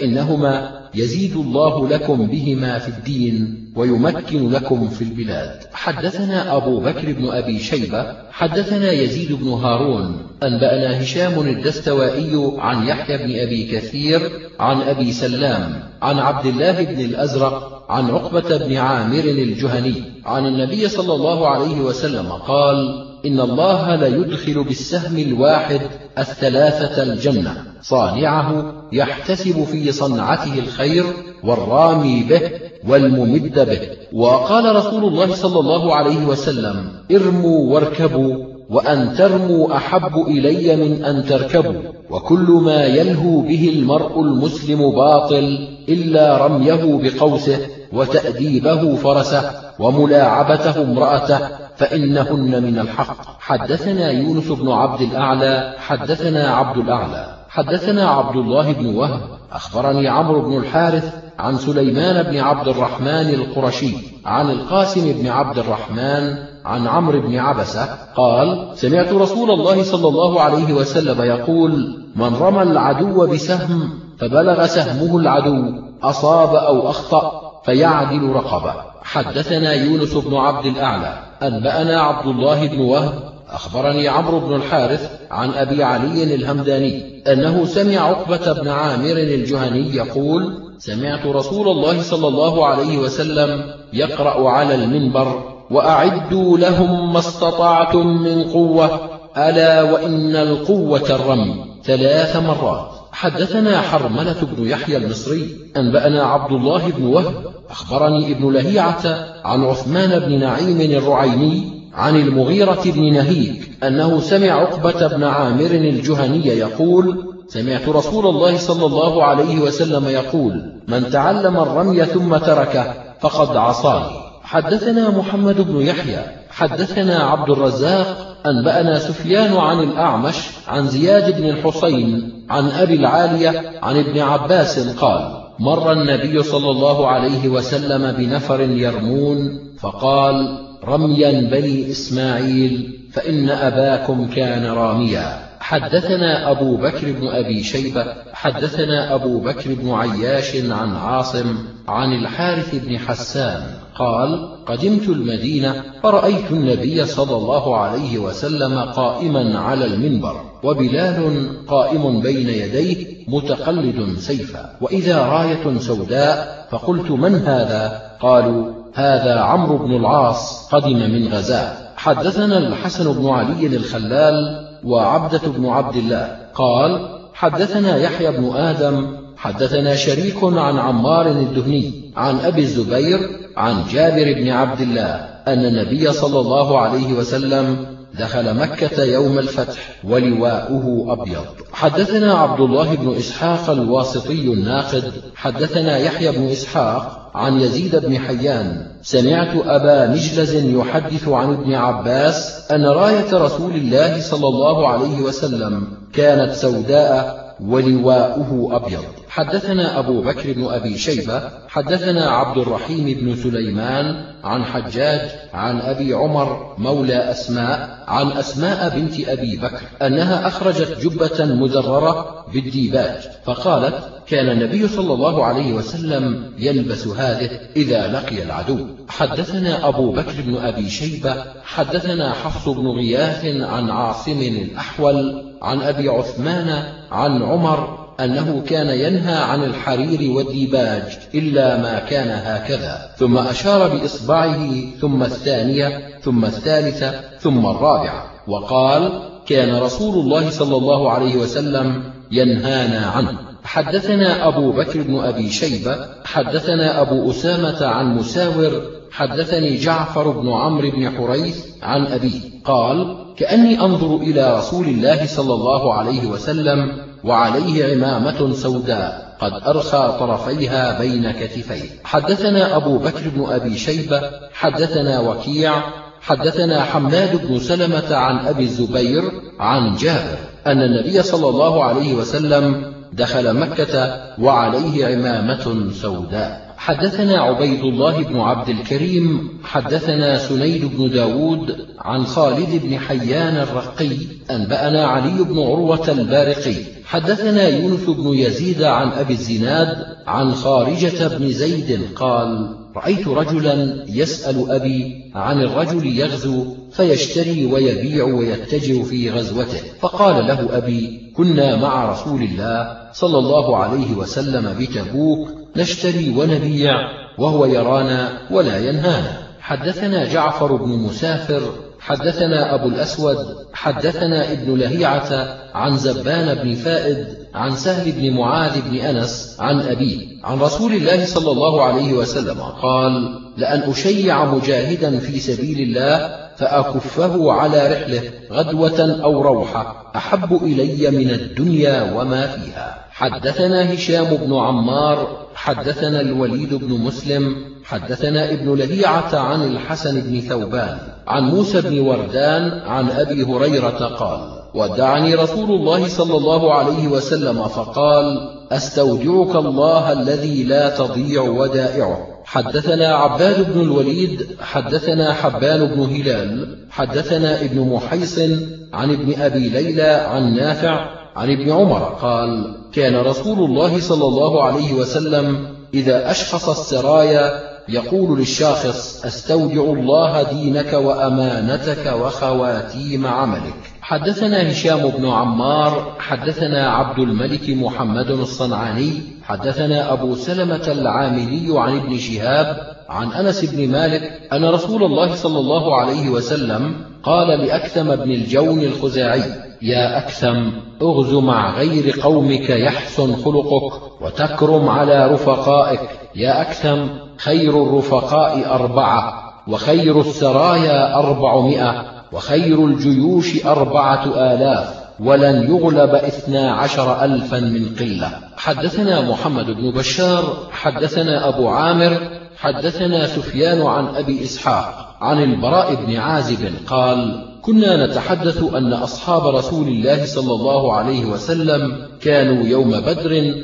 فإنهما يزيد الله لكم بهما في الدين ويمكن لكم في البلاد. حدثنا أبو بكر بن أبي شيبة حدثنا يزيد بن هارون أنبأنا هشام الدستوائي عن يحيى بن أبي كثير عن أبي سلام عن عبد الله بن الأزرق عن عقبة بن عامر الجهني عن النبي صلى الله عليه وسلم قال: إن الله ليدخل بالسهم الواحد الثلاثة الجنة، صانعه يحتسب في صنعته الخير، والرامي به، والممد به. وقال رسول الله صلى الله عليه وسلم: ارموا واركبوا، وأن ترموا أحب إلي من أن تركبوا، وكل ما يلهو به المرء المسلم باطل إلا رميه بقوسه، وتأديبه فرسه، وملاعبته امرأته، فإنهن من الحق. حدثنا يونس بن عبد الأعلى حدثنا عبد الأعلى حدثنا عبد الله بن وهب أخبرني عمرو بن الحارث عن سليمان بن عبد الرحمن القرشي عن القاسم بن عبد الرحمن عن عمرو بن عبسة قال: سمعت رسول الله صلى الله عليه وسلم يقول: من رمى العدو بسهم فبلغ سهمه العدو أصاب أو أخطأ فيعدل رقبة. حدثنا يونس بن عبد الأعلى أنبأنا عبد الله بن وهب أخبرني عمرو بن الحارث عن أبي علي الهمداني أنه سمع عقبة بن عامر الجهني يقول: سمعت رسول الله صلى الله عليه وسلم يقرأ على المنبر: وأعدوا لهم ما استطعتم من قوة، ألا وإن القوة الرمي، 3 مرات. حدثنا حرملة بن يحيى المصري أنبأنا عبد الله بن وهب أخبرني ابن لهيعة عن عثمان بن نعيم الرعيني عن المغيرة بن نهيك أنه سمع عقبة بن عامر الجهني يقول: سمعت رسول الله صلى الله عليه وسلم يقول: من تعلم الرمي ثم تركه فقد عصاني. حدثنا محمد بن يحيى حدثنا عبد الرزاق أنبأنا سفيان عن الأعمش عن زياد بن الحصين عن أبي العالية عن ابن عباس قال: مر النبي صلى الله عليه وسلم بنفر يرمون فقال: رميا بني إسماعيل فإن أباكم كان راميا. حدثنا أبو بكر بن أبي شيبة حدثنا أبو بكر بن عياش عن عاصم عن الحارث بن حسان قال: قدمت المدينة فرأيت النبي صلى الله عليه وسلم قائما على المنبر، وبلال قائم بين يديه متقلد سيفا، وإذا راية سوداء، فقلت: من هذا؟ قالوا: هذا عمرو بن العاص قدم من غزاة. حدثنا الحسن بن علي الخلال وعبدة بن عبد الله قال: حدثنا يحيى بن آدم حدثنا شريك عن عمار الدهني عن أبي الزبير عن جابر بن عبد الله أن النبي صلى الله عليه وسلم دخل مكة يوم الفتح ولواؤه أبيض. حدثنا عبد الله بن إسحاق الواسطي الناقد حدثنا يحيى بن إسحاق عن يزيد بن حيان سمعت أبا مجلز يحدث عن ابن عباس أن راية رسول الله صلى الله عليه وسلم كانت سوداء ولواؤه أبيض. حدثنا أبو بكر بن أبي شيبة حدثنا عبد الرحيم بن سليمان عن حجاج عن أبي عمر مولى أسماء عن أسماء بنت أبي بكر أنها أخرجت جبة مزررة بالديباج، فقالت: كان النبي صلى الله عليه وسلم يلبس هذه إذا لقي العدو. حدثنا أبو بكر بن أبي شيبة حدثنا حفص بن غياث عن عاصم الأحول عن أبي عثمان عن عمر أنه كان ينهى عن الحرير والديباج إلا ما كان هكذا، ثم أشار بإصبعه ثم الثانية ثم الثالثة ثم الرابعة، وقال: كان رسول الله صلى الله عليه وسلم ينهانا عنه. حدثنا أبو بكر بن أبي شيبة حدثنا أبو أسامة عن مساور حدثني جعفر بن عمرو بن حريث عن أبيه قال: كأني أنظر إلى رسول الله صلى الله عليه وسلم وعليه عمامة سوداء قد أرخى طرفيها بين كتفيه. حدثنا أبو بكر بن أبي شيبة حدثنا وكيع حدثنا حماد بن سلمة عن أبي الزبير عن جابر أن النبي صلى الله عليه وسلم دخل مكة وعليه عمامة سوداء. حدثنا عبيد الله بن عبد الكريم حدثنا سنيد بن داود عن خالد بن حيان الرقي أنبأنا علي بن عروة البارقي حدثنا يونس بن يزيد عن أبي الزناد عن خارجة بن زيد قال: رأيت رجلا يسأل أبي عن الرجل يغزو فيشتري ويبيع ويتجر في غزوته، فقال له أبي: كنا مع رسول الله صلى الله عليه وسلم بتبوك نشتري ونبيع وهو يرانا ولا ينهانا. حدثنا جعفر بن مسافر حدثنا أبو الأسود حدثنا ابن لهيعة عن زبان بن فائد عن سهل بن معاذ بن أنس عن أبيه عن رسول الله صلى الله عليه وسلم قال: لأن أشيع مجاهدا في سبيل الله فأكفه على رحله غدوة أو روحة أحب إلي من الدنيا وما فيها. حدثنا هشام بن عمار حدثنا الوليد بن مسلم حدثنا ابن لهيعة عن الحسن بن ثوبان عن موسى بن وردان عن أبي هريرة قال: ودعني رسول الله صلى الله عليه وسلم فقال: أستودعك الله الذي لا تضيع ودائعه. حدثنا عباد بن الوليد حدثنا حبان بن هلال حدثنا ابن محيصن عن ابن أبي ليلى عن نافع عن ابن عمر قال: كان رسول الله صلى الله عليه وسلم إذا أشخص السرايا يقول للشاخص: أستودع الله دينك وأمانتك وخواتيم عملك. حدثنا هشام بن عمار حدثنا عبد الملك محمد الصنعاني حدثنا أبو سلمة العاملي عن ابن شهاب عن أنس بن مالك أن رسول الله صلى الله عليه وسلم قال لأكثم بن الجون الخزاعي: يا أكثم، اغز مع غير قومك يحسن خلقك وتكرم على رفقائك. يا أكثم، خير الرفقاء 4، وخير السرايا 400، وخير الجيوش 4000، ولن يغلب 12,000 من قلة. حدثنا محمد بن بشار حدثنا أبو عامر حدثنا سفيان عن أبي إسحاق عن البراء بن عازب قال: كنا نتحدث أن أصحاب رسول الله صلى الله عليه وسلم كانوا يوم بدر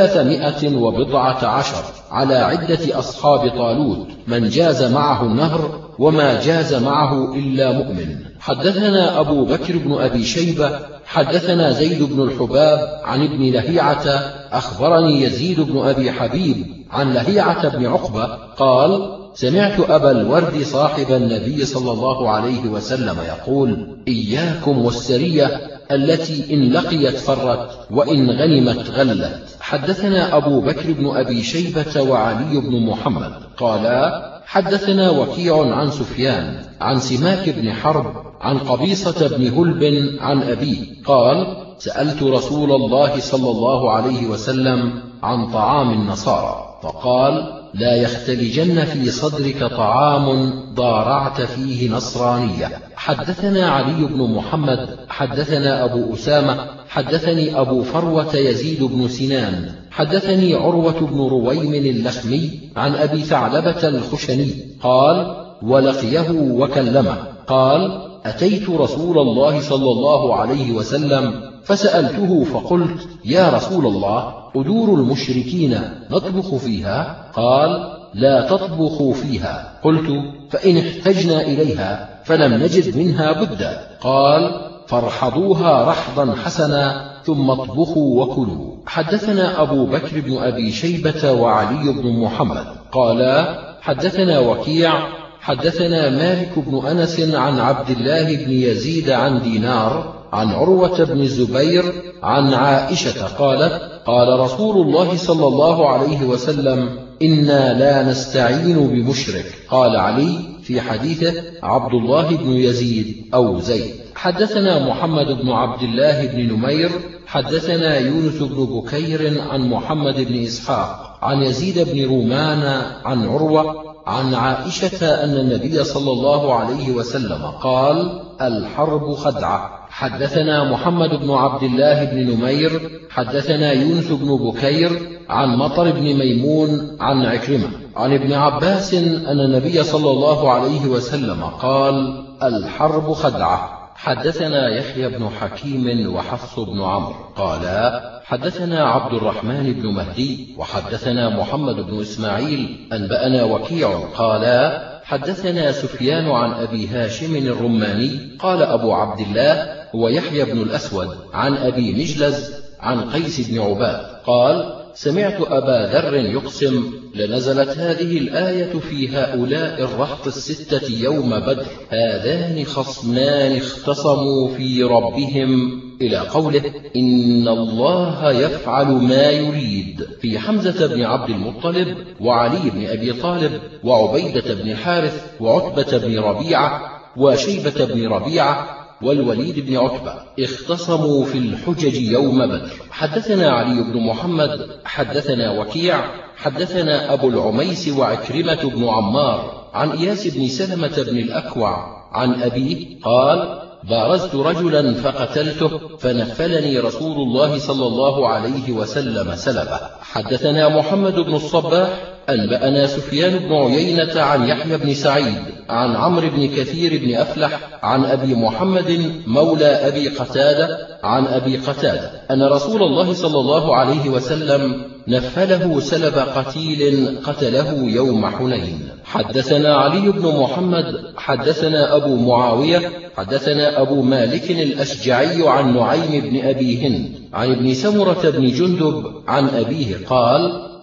310 على عدة أصحاب طالوت، من جاز معه النهر وما جاز معه إلا مؤمن. حدثنا أبو بكر بن أبي شيبة حدثنا زيد بن الحباب عن ابن لهيعة أخبرني يزيد بن أبي حبيب عن لهيعة بن عقبة قال: سمعت أبا الورد صاحب النبي صلى الله عليه وسلم يقول: إياكم والسرية التي إن لقيت فرت وإن غنمت غلت. حدثنا أبو بكر بن أبي شيبة وعلي بن محمد قالا: حدثنا وكيع عن سفيان عن سماك بن حرب عن قبيصة بن هلب عن أبيه قال: سألت رسول الله صلى الله عليه وسلم عن طعام النصارى فقال: لا يختلجن في صدرك طعام ضارعت فيه نصرانية. حدثنا علي بن محمد حدثنا أبو أسامة حدثني أبو فروة يزيد بن سنان حدثني عروة بن رويم اللخمي عن أبي ثعلبة الخشني قال: ولقيه وكلمه قال: أتيت رسول الله صلى الله عليه وسلم فسألته فقلت: يا رسول الله، قدور المشركين نطبخ فيها؟ قال: لا تطبخوا فيها. قلت: فإن احتجنا إليها فلم نجد منها بدا. قال: فارحضوها رحضا حسنا ثم اطبخوا وكلوا. حدثنا أبو بكر بن أبي شيبة وعلي بن محمد قالا: حدثنا وكيع حدثنا مالك بن أنس عن عبد الله بن يزيد عن دينار عن عروة بن الزبير عن عائشة قالت: قال رسول الله صلى الله عليه وسلم: إنا لا نستعين بمشرك. قال علي في حديثه: عبد الله بن يزيد أو زيد. حدثنا محمد بن عبد الله بن نمير حدثنا يونس بن بكير عن محمد بن إسحاق عن يزيد بن رومان عن عروة عن عائشة أن النبي صلى الله عليه وسلم قال: الحرب خدعة. حدثنا محمد بن عبد الله بن نمير حدثنا يونس بن بكير عن مطر بن ميمون عن عكرمة عن ابن عباس أن النبي صلى الله عليه وسلم قال: الحرب خدعة. حدثنا يحيى بن حكيم وحفص بن عمرو قالا: حدثنا عبد الرحمن بن مهدي وحدثنا محمد بن إسماعيل أنبأنا وكيع قالا: حدثنا سفيان عن أبي هاشم الرماني قال أبو عبد الله هو يحيى بن الأسود عن أبي مجلز عن قيس بن عباد قال: سمعت أبا ذر يقسم: لنزلت هذه الآية في هؤلاء الرهط 6 يوم بدر: هذان خصمان اختصموا في ربهم، إلى قوله: إن الله يفعل ما يريد، في حمزة بن عبد المطلب وعلي بن أبي طالب وعبيدة بن الحارث وعتبة بن ربيعة وشيبة بن ربيعة والوليد بن عتبة اختصموا في الحجج يوم بدر. حدثنا علي بن محمد حدثنا وكيع حدثنا أبو العميس وعكرمة بن عمار عن إياس بن سلمة بن الأكوع عن أبيه قال: بارزت رجلا فقتلته فنفلني رسول الله صلى الله عليه وسلم سلبه. حدثنا محمد بن الصباح أنبأنا سفيان بن عيينة عن يحيى بن سعيد عن عمرو بن كثير بن أفلح عن أبي محمد مولى أبي قتادة عن أبي قتادة أن رسول الله صلى الله عليه وسلم نفله سلب قتيل قتله يوم حنين. حدثنا علي بن محمد حدثنا أبو معاوية حدثنا أبو مالك الأشجعي عن نعيم بن أبي هند عن ابن سمرة بن جندب عن أبيه قال: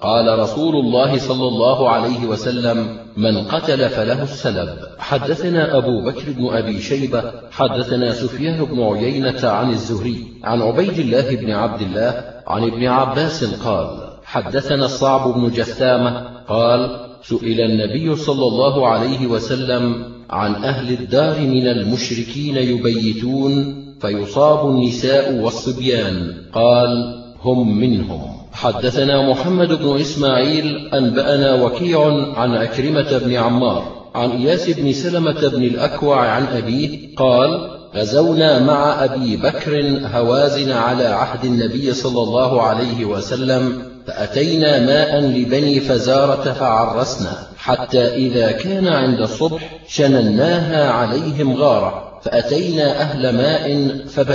قال رسول الله صلى الله عليه وسلم: من قتل فله السلب. حدثنا أبو بكر بن أبي شيبة حدثنا سفيان بن عيينة عن الزهري عن عبيد الله بن عبد الله عن ابن عباس قال: حدثنا الصعب بن جثامة قال: سئل النبي صلى الله عليه وسلم عن أهل الدار من المشركين يبيتون فيصاب النساء والصبيان، قال: هم منهم. حدثنا محمد بن إسماعيل أنبأنا وكيع عن عكرمة بن عمار عن إياس بن سلمة بن الأكوع عن أبيه قال: غزونا مع أبي بكر هوازن على عهد النبي صلى الله عليه وسلم، فأتينا ماء لبني فزارة فعرسنا، حتى إذا كان عند الصبح شنناها عليهم غارة، فأتينا أهل ماء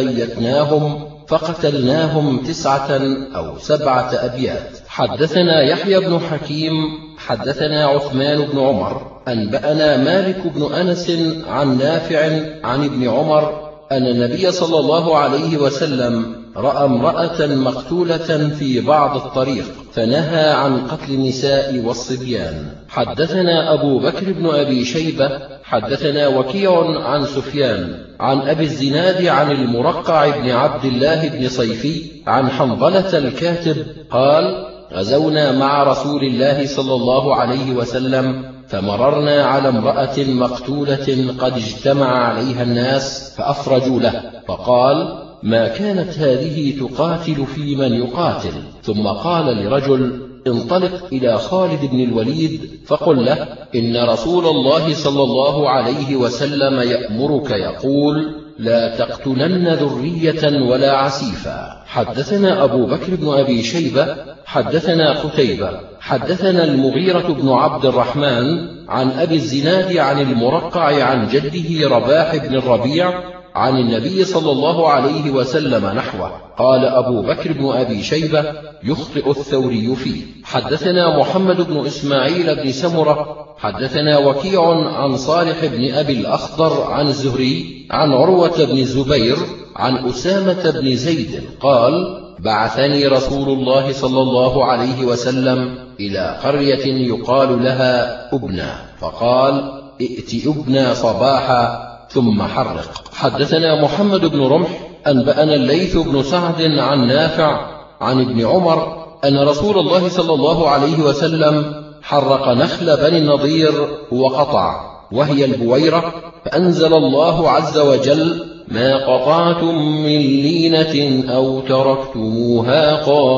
فبيتناهم فقتلناهم 9 أو 7 أبيات. حدثنا يحيى بن حكيم حدثنا عثمان بن عمر أنبأنا مالك بن أنس عن نافع عن ابن عمر أن النبي صلى الله عليه وسلم رأى امرأة مقتولة في بعض الطريق فنهى عن قتل النساء والصبيان. حدثنا أبو بكر بن أبي شيبة حدثنا وكيع عن سفيان عن أبي الزناد عن المرقع بن عبد الله بن صيفي عن حنظلة الكاتب قال: غزونا مع رسول الله صلى الله عليه وسلم فمررنا على امرأة مقتولة قد اجتمع عليها الناس فأفرجوا له، فقال: ما كانت هذه تقاتل في من يقاتل. ثم قال لرجل: انطلق إلى خالد بن الوليد فقل له: إن رسول الله صلى الله عليه وسلم يأمرك يقول: لا تقتلن ذرية ولا عسيفا. حدثنا أبو بكر بن أبي شيبة حدثنا قتيبة حدثنا المغيرة بن عبد الرحمن عن أبي الزناد عن المرقع عن جده رباح بن الربيع عن النبي صلى الله عليه وسلم نحوه. قال أبو بكر بن أبي شيبة: يخطئ الثوري فيه. حدثنا محمد بن إسماعيل بن سمرة حدثنا وكيع عن صالح بن أبي الأخضر عن الزهري عن عروة بن الزبير عن أسامة بن زيد قال: بعثني رسول الله صلى الله عليه وسلم إلى قرية يقال لها أبنى، فقال: ائت أبنى صباحا ثم حرق. حدثنا محمد بن رمح أنبأنا الليث بن سعد عن نافع عن ابن عمر أن رسول الله صلى الله عليه وسلم حرق نخل بني النضير وقطع، وهي البويرة، فأنزل الله عز وجل: ما قطعتم من لينة أو تركتموها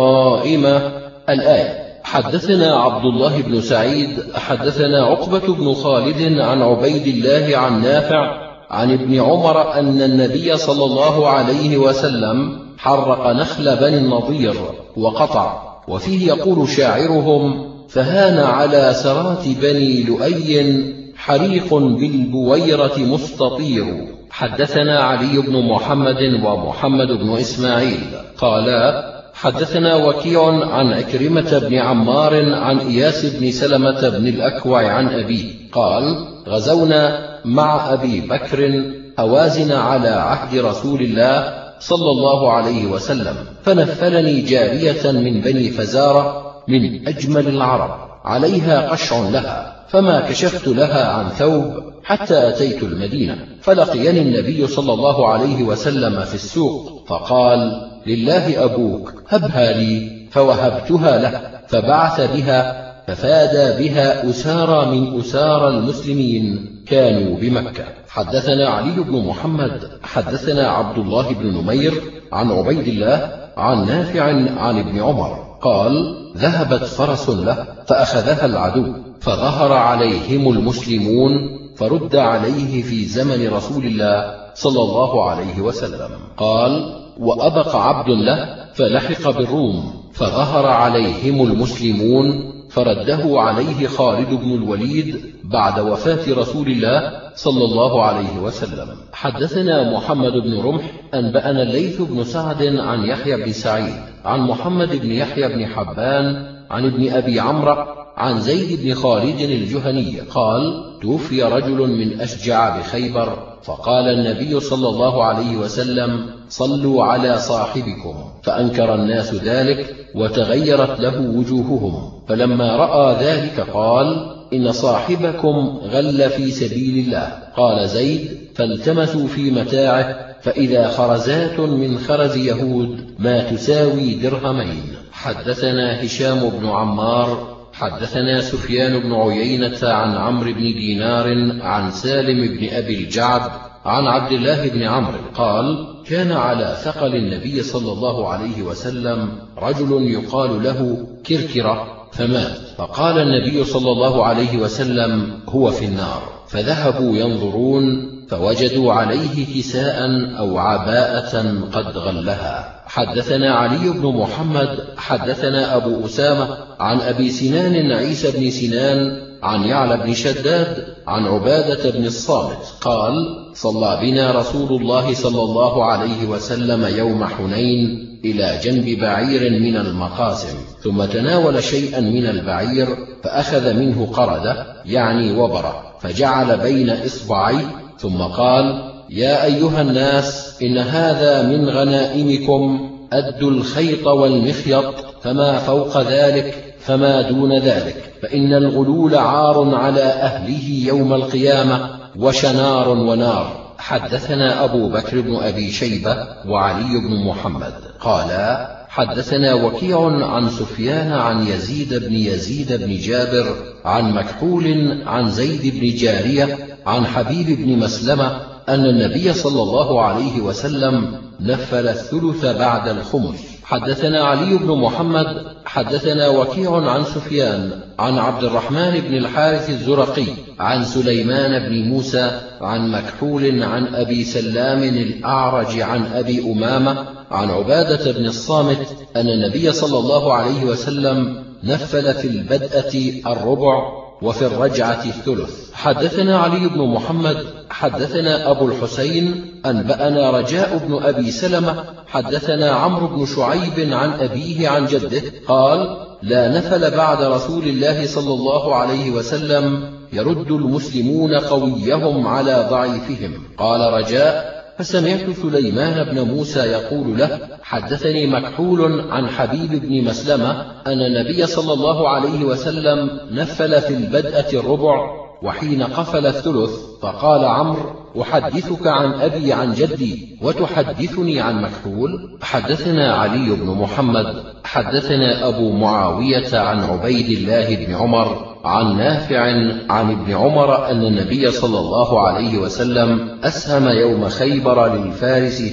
قائمة، الآية. حدثنا عبد الله بن سعيد حدثنا عقبة بن خالد عن عبيد الله عن نافع عن ابن عمر أن النبي صلى الله عليه وسلم حرق نخل بني النضير وقطع. وفيه يقول شاعرهم: فهان على سرات بني لؤي حريق بالبويرة مستطير. حدثنا علي بن محمد ومحمد بن إسماعيل قالا: حدثنا وكيع عن عكرمة بن عمار عن إياس بن سلمة بن الأكوع عن أبيه قال: غزونا مع أبي بكر هوازن على عهد رسول الله صلى الله عليه وسلم، فنفلني جارية من بني فزارة من أجمل العرب عليها قشع لها، فما كشفت لها عن ثوب حتى أتيت المدينة، فلقيني النبي صلى الله عليه وسلم في السوق فقال: لله أبوك هبها لي، فوهبتها له، فبعث بها ففادى بها أسارى من أسارى المسلمين كانوا بمكة. حدثنا علي بن محمد حدثنا عبد الله بن نمير عن عبيد الله عن نافع عن ابن عمر قال: ذهبت فرس له فأخذها العدو فظهر عليهم المسلمون فرد عليه في زمن رسول الله صلى الله عليه وسلم. قال: وأبق عبد له فلحق بالروم فظهر عليهم المسلمون فرده عليه خالد بن الوليد بعد وفاة رسول الله صلى الله عليه وسلم. حدثنا محمد بن رمح أنبأنا الليث بن سعد عن يحيى بن سعيد عن محمد بن يحيى بن حبان عن ابن أبي عمرو عن زيد بن خالد الجهني قال: توفي رجل من أشجع بخيبر، فقال النبي صلى الله عليه وسلم: صلوا على صاحبكم. فأنكر الناس ذلك وتغيرت له وجوههم، فلما رأى ذلك قال: إن صاحبكم غل في سبيل الله. قال زيد: فالتمسوا في متاعه فإذا خرزات من خرز يهود ما تساوي درهمين. حدثنا هشام بن عمار حدثنا سفيان بن عيينة عن عمرو بن دينار عن سالم بن أبي الجعد عن عبد الله بن عمرو قال: كان على ثقل النبي صلى الله عليه وسلم رجل يقال له كركرة فمات، فقال النبي صلى الله عليه وسلم: هو في النار. فذهبوا ينظرون فوجدوا عليه كساء أو عباءة قد غلها. حدثنا علي بن محمد حدثنا أبو أسامة عن أبي سنان عيسى بن سنان عن يعلى بن شداد عن عبادة بن الصامت قال: صلى بنا رسول الله صلى الله عليه وسلم يوم حنين إلى جنب بعير من المقاسم، ثم تناول شيئا من البعير فأخذ منه قردة يعني وبرة فجعل بين إصبعيه، ثم قال: يا أيها الناس، إن هذا من غنائمكم، أدوا الخيط والمخيط، فما فوق ذلك فما دون ذلك، فإن الغلول عار على أهله يوم القيامة وشنار ونار. حدثنا أبو بكر بن أبي شيبة وعلي بن محمد قالا: حدثنا وكيع عن سفيان عن يزيد بن جابر عن مكحول عن زيد بن جارية عن حبيب بن مسلمة أن النبي صلى الله عليه وسلم نفل الثلث بعد الخمس. حدثنا علي بن محمد حدثنا وكيع عن سفيان عن عبد الرحمن بن الحارث الزرقي عن سليمان بن موسى عن مكحول عن أبي سلام الأعرج عن أبي أمامة عن عبادة بن الصامت أن النبي صلى الله عليه وسلم نفل في البدءة الربع وفي الرجعة الثلث. حدثنا علي بن محمد حدثنا أبو الحسين أنبأنا رجاء بن أبي سلمة حدثنا عمرو بن شعيب عن أبيه عن جده قال: لا نفل بعد رسول الله صلى الله عليه وسلم يرد المسلمون قويهم على ضعيفهم. قال رجاء: فسمعت سليمان بن موسى يقول له: حدثني مكحول عن حبيب بن مسلمة أن النبي صلى الله عليه وسلم نفل في البدءة الربع وحين قفل الثلث. فقال عمرو: أحدثك عن أبي عن جدي وتحدثني عن مكحول؟ حدثنا علي بن محمد حدثنا أبو معاوية عن عبيد الله بن عمر عن نافع عن ابن عمر أن النبي صلى الله عليه وسلم أسهم يوم خيبر للفارس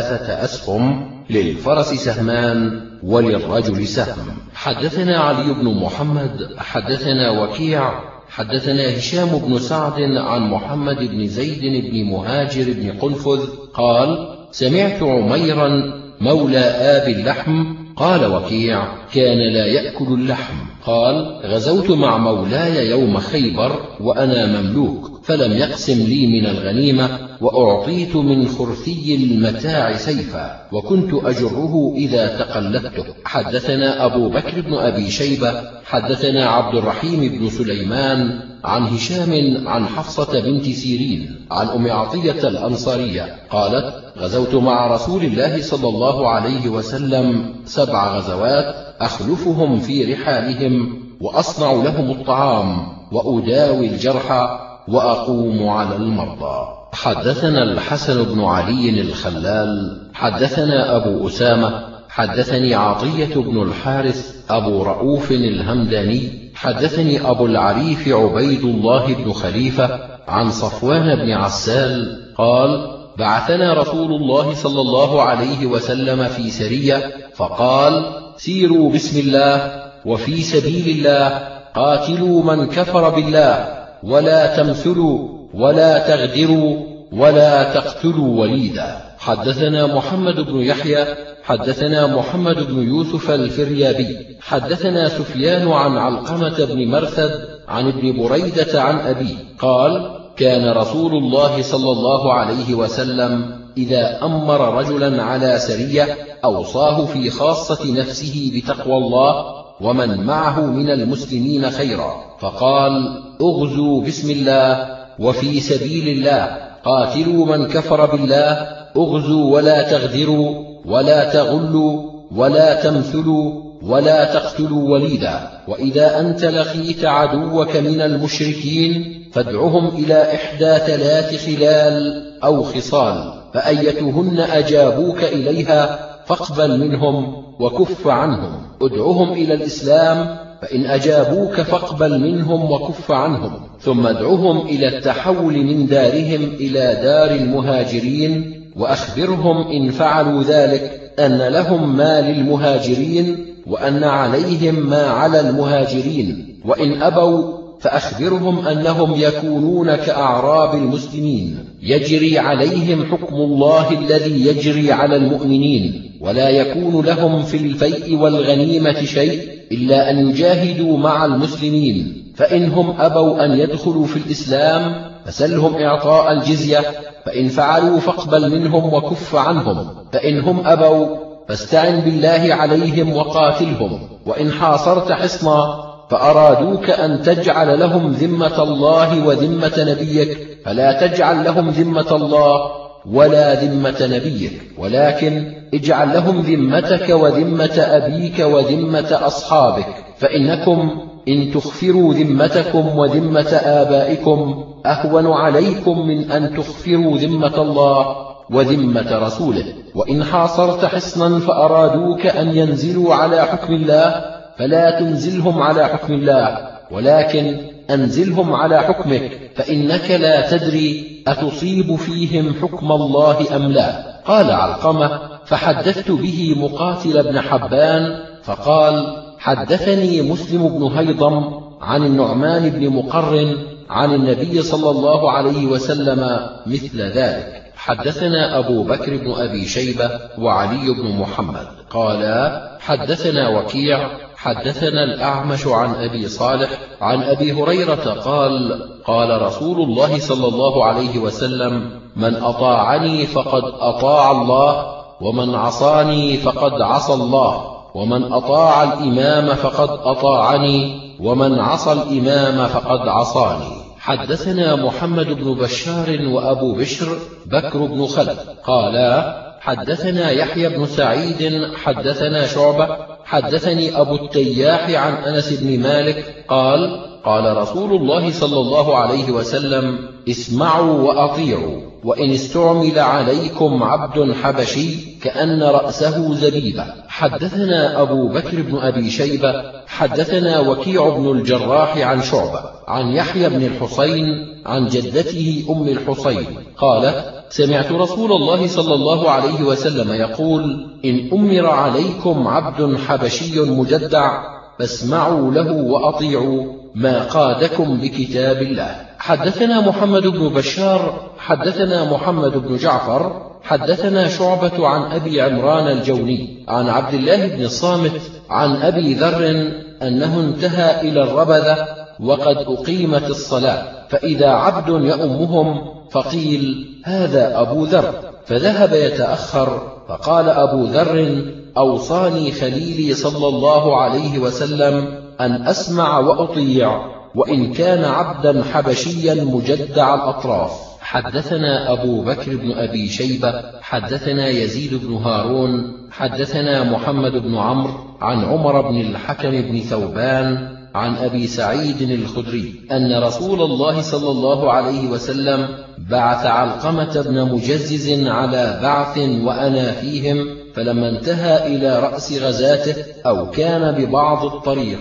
3 أسهم، للفرس سهمان وللرجل سهم. حدثنا علي بن محمد حدثنا وكيع حدثنا هشام بن سعد عن محمد بن زيد بن مهاجر بن قنفذ قال: سمعت عميرا مولى آب اللحم قال وكيع: كان لا يأكل اللحم. قال: غزوت مع مولاي يوم خيبر وأنا مملوك، فلم يقسم لي من الغنيمة، وأعطيت من خرثي المتاع سيفا، وكنت أجره إذا تقلدته. حدثنا أبو بكر بن أبي شيبة حدثنا عبد الرحيم بن سليمان عن هشام عن حفصة بنت سيرين عن أم عطية الأنصارية قالت: غزوت مع رسول الله صلى الله عليه وسلم 7 غزوات، أخلفهم في رحالهم وأصنع لهم الطعام وأداوي الجرحى وأقوم على المرضى. حدثنا الحسن بن علي الخلال حدثنا أبو أسامة حدثني عطية بن الحارث أبو رؤوف الهمداني حدثني أبو العريف عبيد الله بن خليفة عن صفوان بن عسال قال: بعثنا رسول الله صلى الله عليه وسلم في سرية فقال: سيروا بسم الله وفي سبيل الله، قاتلوا من كفر بالله، ولا تمثلوا ولا تغدروا ولا تقتلوا وليدا. حدثنا محمد بن يحيى حدثنا محمد بن يوسف الفريابي حدثنا سفيان عن علقمة بن مرثد عن ابن بريدة عن أبيه قال: كان رسول الله صلى الله عليه وسلم إذا أمر رجلا على سرية أوصاه في خاصة نفسه بتقوى الله ومن معه من المسلمين خيرا، فقال: اغزوا بسم الله وفي سبيل الله، قاتلوا من كفر بالله، اغزوا ولا تغدروا ولا تغلوا ولا تمثلوا ولا تقتلوا وليدا. وإذا أنت لقيت عدوك من المشركين فادعهم إلى إحدى 3 خلال أو خصال، فأيتهن أجابوك إليها فاقبل منهم وكف عنهم. ادعهم إلى الإسلام، فإن أجابوك فاقبل منهم وكف عنهم، ثم ادعهم إلى التحول من دارهم إلى دار المهاجرين، وأخبرهم إن فعلوا ذلك أن لهم ما للمهاجرين وأن عليهم ما على المهاجرين، وإن أبوا فأخبرهم أنهم يكونون كأعراب المسلمين يجري عليهم حكم الله الذي يجري على المؤمنين، ولا يكون لهم في الفيء والغنيمة شيء إلا أن يجاهدوا مع المسلمين. فإنهم أبوا أن يدخلوا في الإسلام فسلهم إعطاء الجزية، فإن فعلوا فاقبل منهم وكف عنهم، فإنهم أبوا فاستعن بالله عليهم وقاتلهم. وإن حاصرت حصنا فأرادوك أن تجعل لهم ذمة الله وذمة نبيك فلا تجعل لهم ذمة الله ولا ذمة نبيك، ولكن اجعل لهم ذمتك وذمة أبيك وذمة أصحابك، فإنكم إن تخفروا ذمتكم وذمة آبائكم أهون عليكم من أن تخفروا ذمة الله وذمة رسوله. وإن حاصرت حصنا فأرادوك أن ينزلوا على حكم الله فلا تنزلهم على حكم الله، ولكن أنزلهم على حكمك، فإنك لا تدري أتصيب فيهم حكم الله أم لا. قال علقمة: فحدثت به مقاتل بن حبان فقال: حدثني مسلم بن هيضم عن النعمان بن مقرن عن النبي صلى الله عليه وسلم مثل ذلك. حدثنا أبو بكر بن أبي شيبة وعلي بن محمد قالا: حدثنا وكيع حدثنا الأعمش عن أبي صالح عن أبي هريرة قال: قال رسول الله صلى الله عليه وسلم: من أطاعني فقد أطاع الله، ومن عصاني فقد عصى الله، ومن أطاع الإمام فقد أطاعني، ومن عصى الإمام فقد عصاني. حدثنا محمد بن بشار وأبو بشر بكر بن خلف قالا: حدثنا يحيى بن سعيد حدثنا شعبة حدثني أبو التياح عن أنس بن مالك قال: قال رسول الله صلى الله عليه وسلم: اسمعوا وأطيعوا، وإن استعمل عليكم عبد حبشي كأن رأسه زبيبة. حدثنا أبو بكر بن أبي شيبة حدثنا وكيع بن الجراح عن شعبة عن يحيى بن الحصين عن جدته أم الحصين قالت: سمعت رسول الله صلى الله عليه وسلم يقول: إن أمر عليكم عبد حبشي مجدع فاسمعوا له وأطيعوا ما قادكم بكتاب الله. حدثنا محمد بن بشار حدثنا محمد بن جعفر حدثنا شعبة عن أبي عمران الجوني عن عبد الله بن الصامت عن أبي ذر أنه انتهى إلى الربذة وقد أقيمت الصلاة، فإذا عبد يؤمهم فقيل: هذا أبو ذر، فذهب يتأخر، فقال أبو ذر: أوصاني خليلي صلى الله عليه وسلم أن أسمع وأطيع، وإن كان عبدا حبشيا مجدع الأطراف. حدثنا أبو بكر بن أبي شيبة حدثنا يزيد بن هارون حدثنا محمد بن عمرو عن عمر بن الحكم بن ثوبان عن أبي سعيد الخدري أن رسول الله صلى الله عليه وسلم بعث علقمة بن مجزز على بعث وأنا فيهم، فلما انتهى إلى رأس غزاته أو كان ببعض الطريق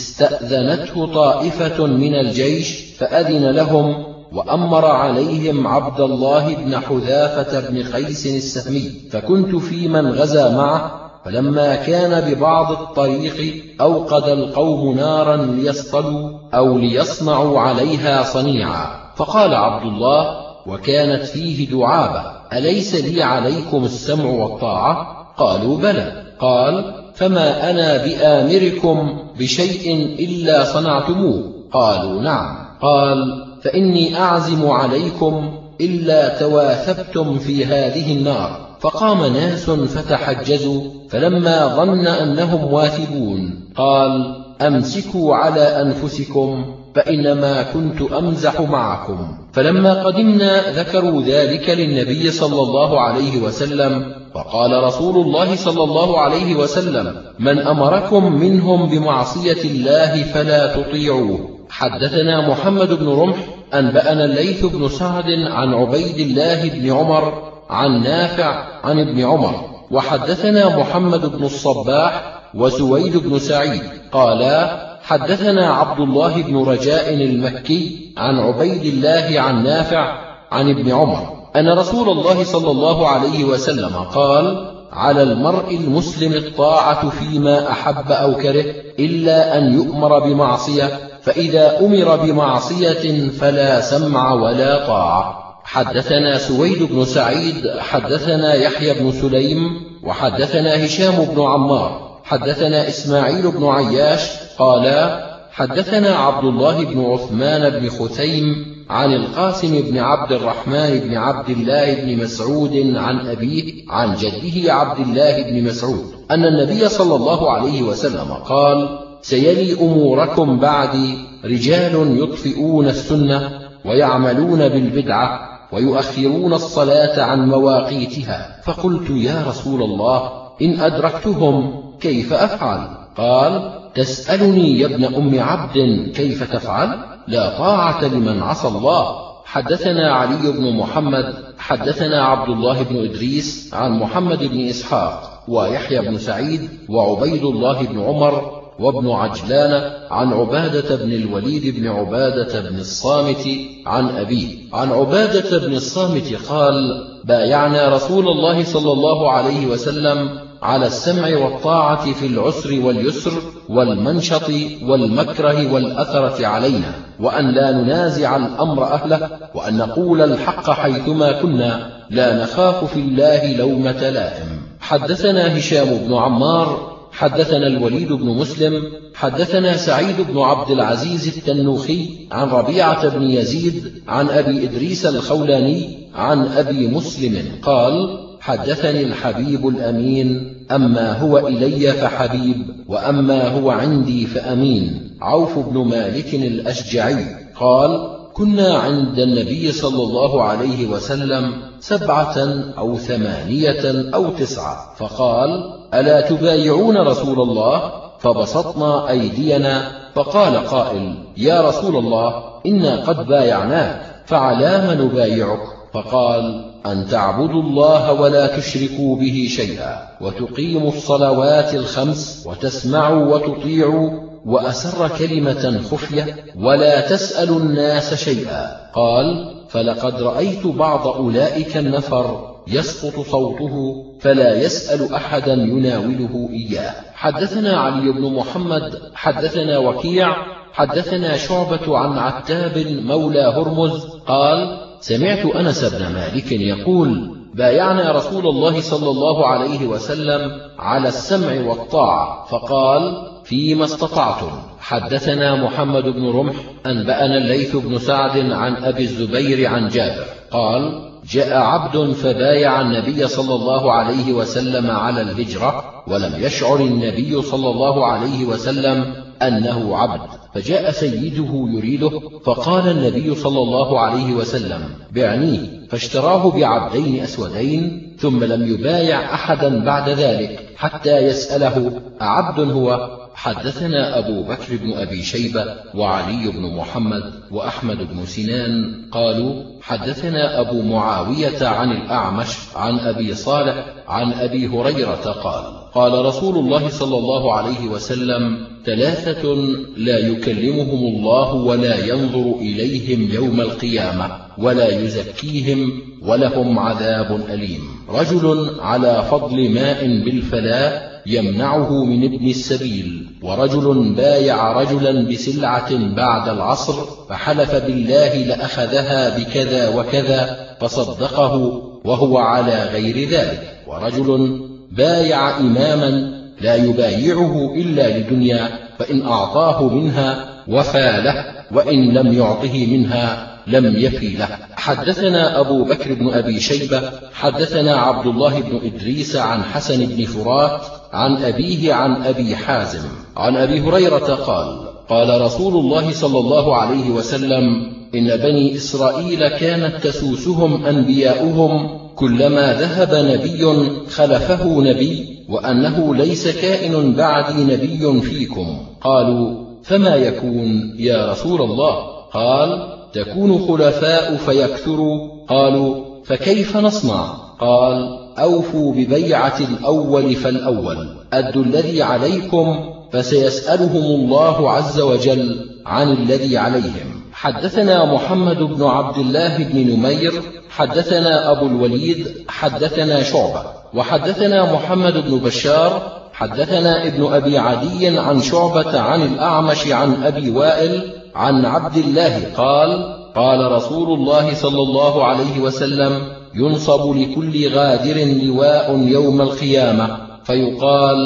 استأذنته طائفة من الجيش فأذن لهم، وأمر عليهم عبد الله بن حذافة بن قيس السهمي، فكنت في من غزا معه، فلما كان ببعض الطريق أوقد القوم نارا ليصطلوا أو ليصنعوا عليها صنيعا، فقال عبد الله وكانت فيه دعابة: أليس لي عليكم السمع والطاعة؟ قالوا: بلى. قال: فما أنا بآمركم بشيء إلا صنعتموه؟ قالوا: نعم. قال: فإني أعزم عليكم إلا تواثبتم في هذه النار. فقام ناس فتحجزوا، فلما ظن أنهم واثبون قال: أمسكوا على أنفسكم فإنما كنت أمزح معكم. فلما قدمنا ذكروا ذلك للنبي صلى الله عليه وسلم، فقال رسول الله صلى الله عليه وسلم: من أمركم منهم بمعصية الله فلا تطيعوه. حدثنا محمد بن رمح أنبأنا الليث بن سعد عن عبيد الله بن عمر عن نافع عن ابن عمر، وحدثنا محمد بن الصباح وسويد بن سعيد قالا حدثنا عبد الله بن رجاء المكي عن عبيد الله عن نافع عن ابن عمر أن رسول الله صلى الله عليه وسلم قال: على المرء المسلم الطاعة فيما أحب أو كره إلا أن يؤمر بمعصية، فإذا أمر بمعصية فلا سمع ولا طاعة. حدثنا سويد بن سعيد حدثنا يحيى بن سليم وحدثنا هشام بن عمار حدثنا إسماعيل بن عياش قالا حدثنا عبد الله بن عثمان بن خثيم عن القاسم بن عبد الرحمن بن عبد الله بن مسعود عن أبيه عن جده عبد الله بن مسعود أن النبي صلى الله عليه وسلم قال: سيلي أموركم بعدي رجال يطفئون السنة ويعملون بالبدعة ويؤخرون الصلاة عن مواقيتها. فقلت: يا رسول الله، إن أدركتهم كيف أفعل؟ قال: تسألني يا ابن أم عبد كيف تفعل؟ لا طاعة لمن عصى الله. حدثنا علي بن محمد حدثنا عبد الله بن إدريس عن محمد بن إسحاق ويحيى بن سعيد وعبيد الله بن عمر وابن عجلان عن عبادة بن الوليد بن عبادة بن الصامت عن أبيه عن عبادة بن الصامت قال: بايعنا رسول الله صلى الله عليه وسلم على السمع والطاعة في العسر واليسر والمنشط والمكره والأثرة علينا، وأن لا ننازع الأمر أهله، وأن نقول الحق حيثما كنا، لا نخاف في الله لومة لائم. حدثنا هشام بن عمار حدثنا الوليد بن مسلم حدثنا سعيد بن عبد العزيز التنوخي عن ربيعة بن يزيد عن أبي إدريس الخولاني عن أبي مسلم قال: حدثني الحبيب الأمين: أما هو إلي فحبيب، وأما هو عندي فأمين، عوف بن مالك الأشجعي قال: كنا عند النبي صلى الله عليه وسلم 7 أو 8 أو 9، فقال: ألا تبايعون رسول الله؟ فبسطنا أيدينا، فقال قائل: يا رسول الله، إنا قد بايعناك، فعلام نبايعك؟ فقال: أن تعبدوا الله ولا تشركوا به شيئا، وتقيموا الصلوات الخمس، وتسمعوا وتطيعوا، وأسر كلمة خفية، ولا تسألوا الناس شيئا. قال: فلقد رأيت بعض أولئك النفر يسقط صوته فلا يسأل أحدا يناوله إياه. حدثنا علي بن محمد حدثنا وكيع حدثنا شعبة عن عتاب مولى هرمز قال: سمعت أنس بن مالك يقول: بايعنا رسول الله صلى الله عليه وسلم على السمع والطاعة، فقال: فيما استطعتم. حدثنا محمد بن رمح أنبأنا الليث بن سعد عن أبي الزبير عن جابر قال: جاء عبد فبايع النبي صلى الله عليه وسلم على الهجرة، ولم يشعر النبي صلى الله عليه وسلم أنه عبد، فجاء سيده يريده، فقال النبي صلى الله عليه وسلم: بعنيه، فاشتراه بعبدين أسودين، ثم لم يبايع أحدا بعد ذلك حتى يسأله: أعبد هو؟ حدثنا أبو بكر بن أبي شيبة وعلي بن محمد وأحمد بن سنان قالوا: حدثنا أبو معاوية عن الأعمش عن أبي صالح عن أبي هريرة قال: قال رسول الله صلى الله عليه وسلم: 3 لا يكلمهم الله ولا ينظر إليهم يوم القيامة ولا يزكيهم ولهم عذاب أليم: رجل على فضل ماء بالفلاة يمنعه من ابن السبيل، ورجل بايع رجلا بسلعة بعد العصر فحلف بالله لأخذها بكذا وكذا فصدقه وهو على غير ذلك، ورجل بايع إماما لا يبايعه إلا لدنيا، فإن أعطاه منها وفى له، وإن لم يعطه منها لم يفي له. حدثنا أبو بكر بن أبي شيبة حدثنا عبد الله بن إدريس عن حسن بن فرات عن أبيه عن أبي حازم عن أبي هريرة قال: قال رسول الله صلى الله عليه وسلم: إن بني إسرائيل كانت تسوسهم أنبياؤهم كلما ذهب نبي خلفه نبي، وأنه ليس كائن بعدي نبي فيكم. قالوا: فما يكون يا رسول الله؟ قال: تكون خلفاء فيكثروا. قالوا: فكيف نصنع؟ قال: أوفوا ببيعة الأول فالأول، أدوا الذي عليكم فسيسألهم الله عز وجل عن الذي عليهم. حدثنا محمد بن عبد الله بن نمير حدثنا أبو الوليد حدثنا شعبة وحدثنا محمد بن بشار حدثنا ابن أبي عدي عن شعبة عن الأعمش عن أبي وائل عن عبد الله قال: قال رسول الله صلى الله عليه وسلم: ينصب لكل غادر لواء يوم القيامة فيقال: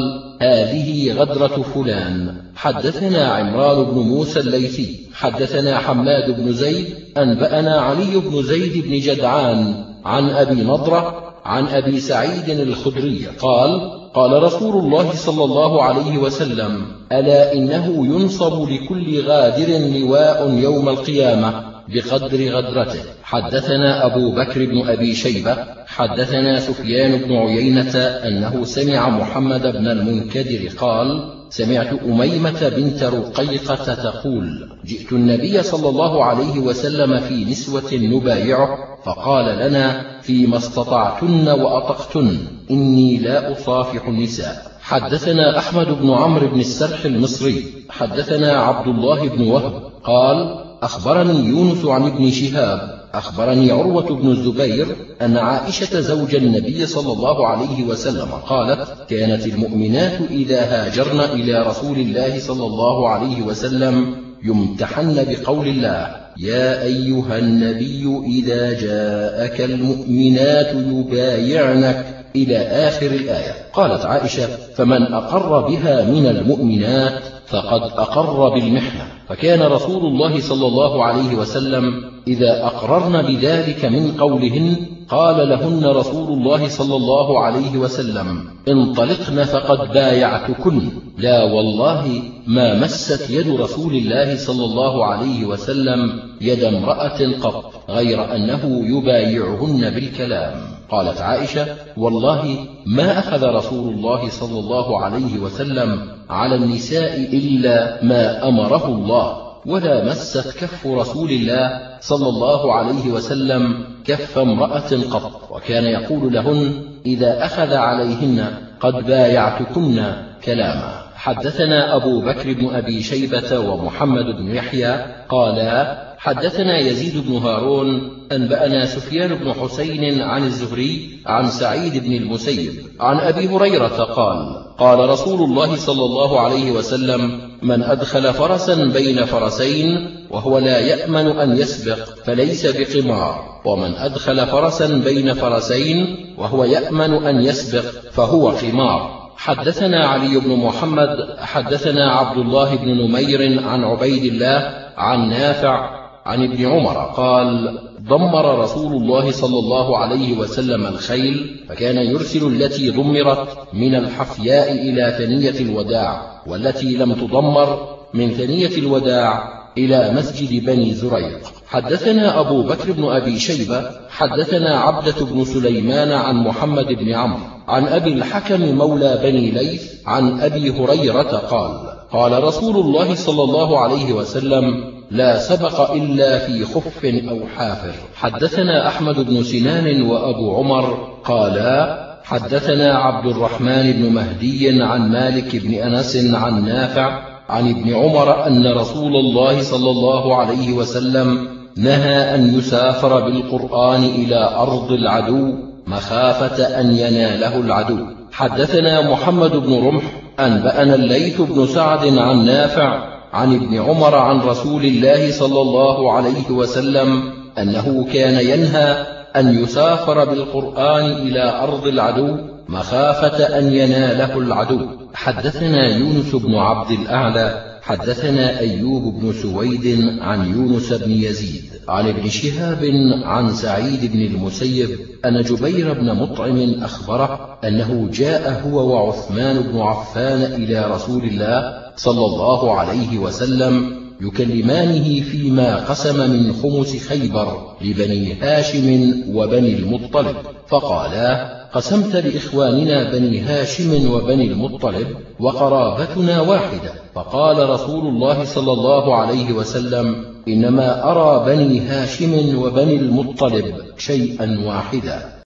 هذه غدرة فلان. حدثنا عمران بن موسى الليثي حدثنا حماد بن زيد أنبأنا علي بن زيد بن جدعان عن أبي نضرة عن أبي سعيد الخدري قال: قال رسول الله صلى الله عليه وسلم: ألا إنه ينصب لكل غادر لواء يوم القيامة بقدر غدرته. حدثنا أبو بكر بن أبي شيبة حدثنا سفيان بن عيينة أنه سمع محمد بن المنكدر قال: سمعت أميمة بنت رقيقة تقول: جئت النبي صلى الله عليه وسلم في نسوة نبايعه فقال لنا: فيما استطعتن وأطقتن، إني لا أصافح النساء. حدثنا أحمد بن عمرو بن السرح المصري حدثنا عبد الله بن وهب قال: أخبرني يونس عن ابن شهاب أخبرني عروة بن الزبير أن عائشة زوج النبي صلى الله عليه وسلم قالت: كانت المؤمنات إذا هاجرن إلى رسول الله صلى الله عليه وسلم يمتحن بقول الله: يا أيها النبي إذا جاءك المؤمنات يبايعنك إلى آخر الآية. قالت عائشة: فمن أقر بها من المؤمنات فقد أقر بالمحنة. فكان رسول الله صلى الله عليه وسلم إذا أقررن بذلك من قولهن قال لهن رسول الله صلى الله عليه وسلم: انطلقن فقد بايعتكن. لا والله ما مست يد رسول الله صلى الله عليه وسلم يد امرأة قط غير أنه يبايعهن بالكلام. قالت عائشة: والله ما أخذ رسول الله صلى الله عليه وسلم على النساء إلا ما أمره الله، ولا مست كف رسول الله صلى الله عليه وسلم كف امرأة قط، وكان يقول لهن إذا أخذ عليهن: قد بايعتكن كلاما. حدثنا أبو بكر بن أبي شيبة ومحمد بن يحيى قالا: حدثنا يزيد بن هارون أنبأنا سفيان بن حسين عن الزهري عن سعيد بن المسيب عن أبي هريرة قال: قال رسول الله صلى الله عليه وسلم: من أدخل فرسا بين فرسين وهو لا يأمن أن يسبق فليس بقمار، ومن أدخل فرسا بين فرسين وهو يأمن أن يسبق فهو قمار. حدثنا علي بن محمد حدثنا عبد الله بن نمير عن عبيد الله عن نافع عن ابن عمر قال: ضمر رسول الله صلى الله عليه وسلم الخيل، فكان يرسل التي ضمرت من الحفياء إلى ثنية الوداع، والتي لم تضمر من ثنية الوداع إلى مسجد بني زريق. حدثنا أبو بكر بن أبي شيبة حدثنا عبدة بن سليمان عن محمد بن عمرو عن أبي الحكم مولى بني ليث عن أبي هريرة قال: قال رسول الله صلى الله عليه وسلم: لا سبق إلا في خف أو حافر. حدثنا أحمد بن سنان وأبو عمر قالا: حدثنا عبد الرحمن بن مهدي عن مالك بن أنس عن نافع عن ابن عمر أن رسول الله صلى الله عليه وسلم نهى أن يسافر بالقرآن إلى أرض العدو مخافة أن يناله العدو. حدثنا محمد بن رمح أنبأنا الليث بن سعد عن نافع عن ابن عمر عن رسول الله صلى الله عليه وسلم أنه كان ينهى أن يسافر بالقرآن إلى أرض العدو مخافة أن يناله العدو. حدثنا يونس بن عبد الأعلى حدثنا أيوب بن سويد عن يونس بن يزيد عن ابن شهاب عن سعيد بن المسيب أن جبير بن مطعم أخبره أنه جاء هو وعثمان بن عفان إلى رسول الله صلى الله عليه وسلم يكلمانه فيما قسم من خمس خيبر لبني هاشم وبني المطلب، فقالا: قسمت لإخواننا بني هاشم وبني المطلب وقرابتنا واحدة. فقال رسول الله صلى الله عليه وسلم: إنما أرى بني هاشم وبني المطلب شيئا واحدا.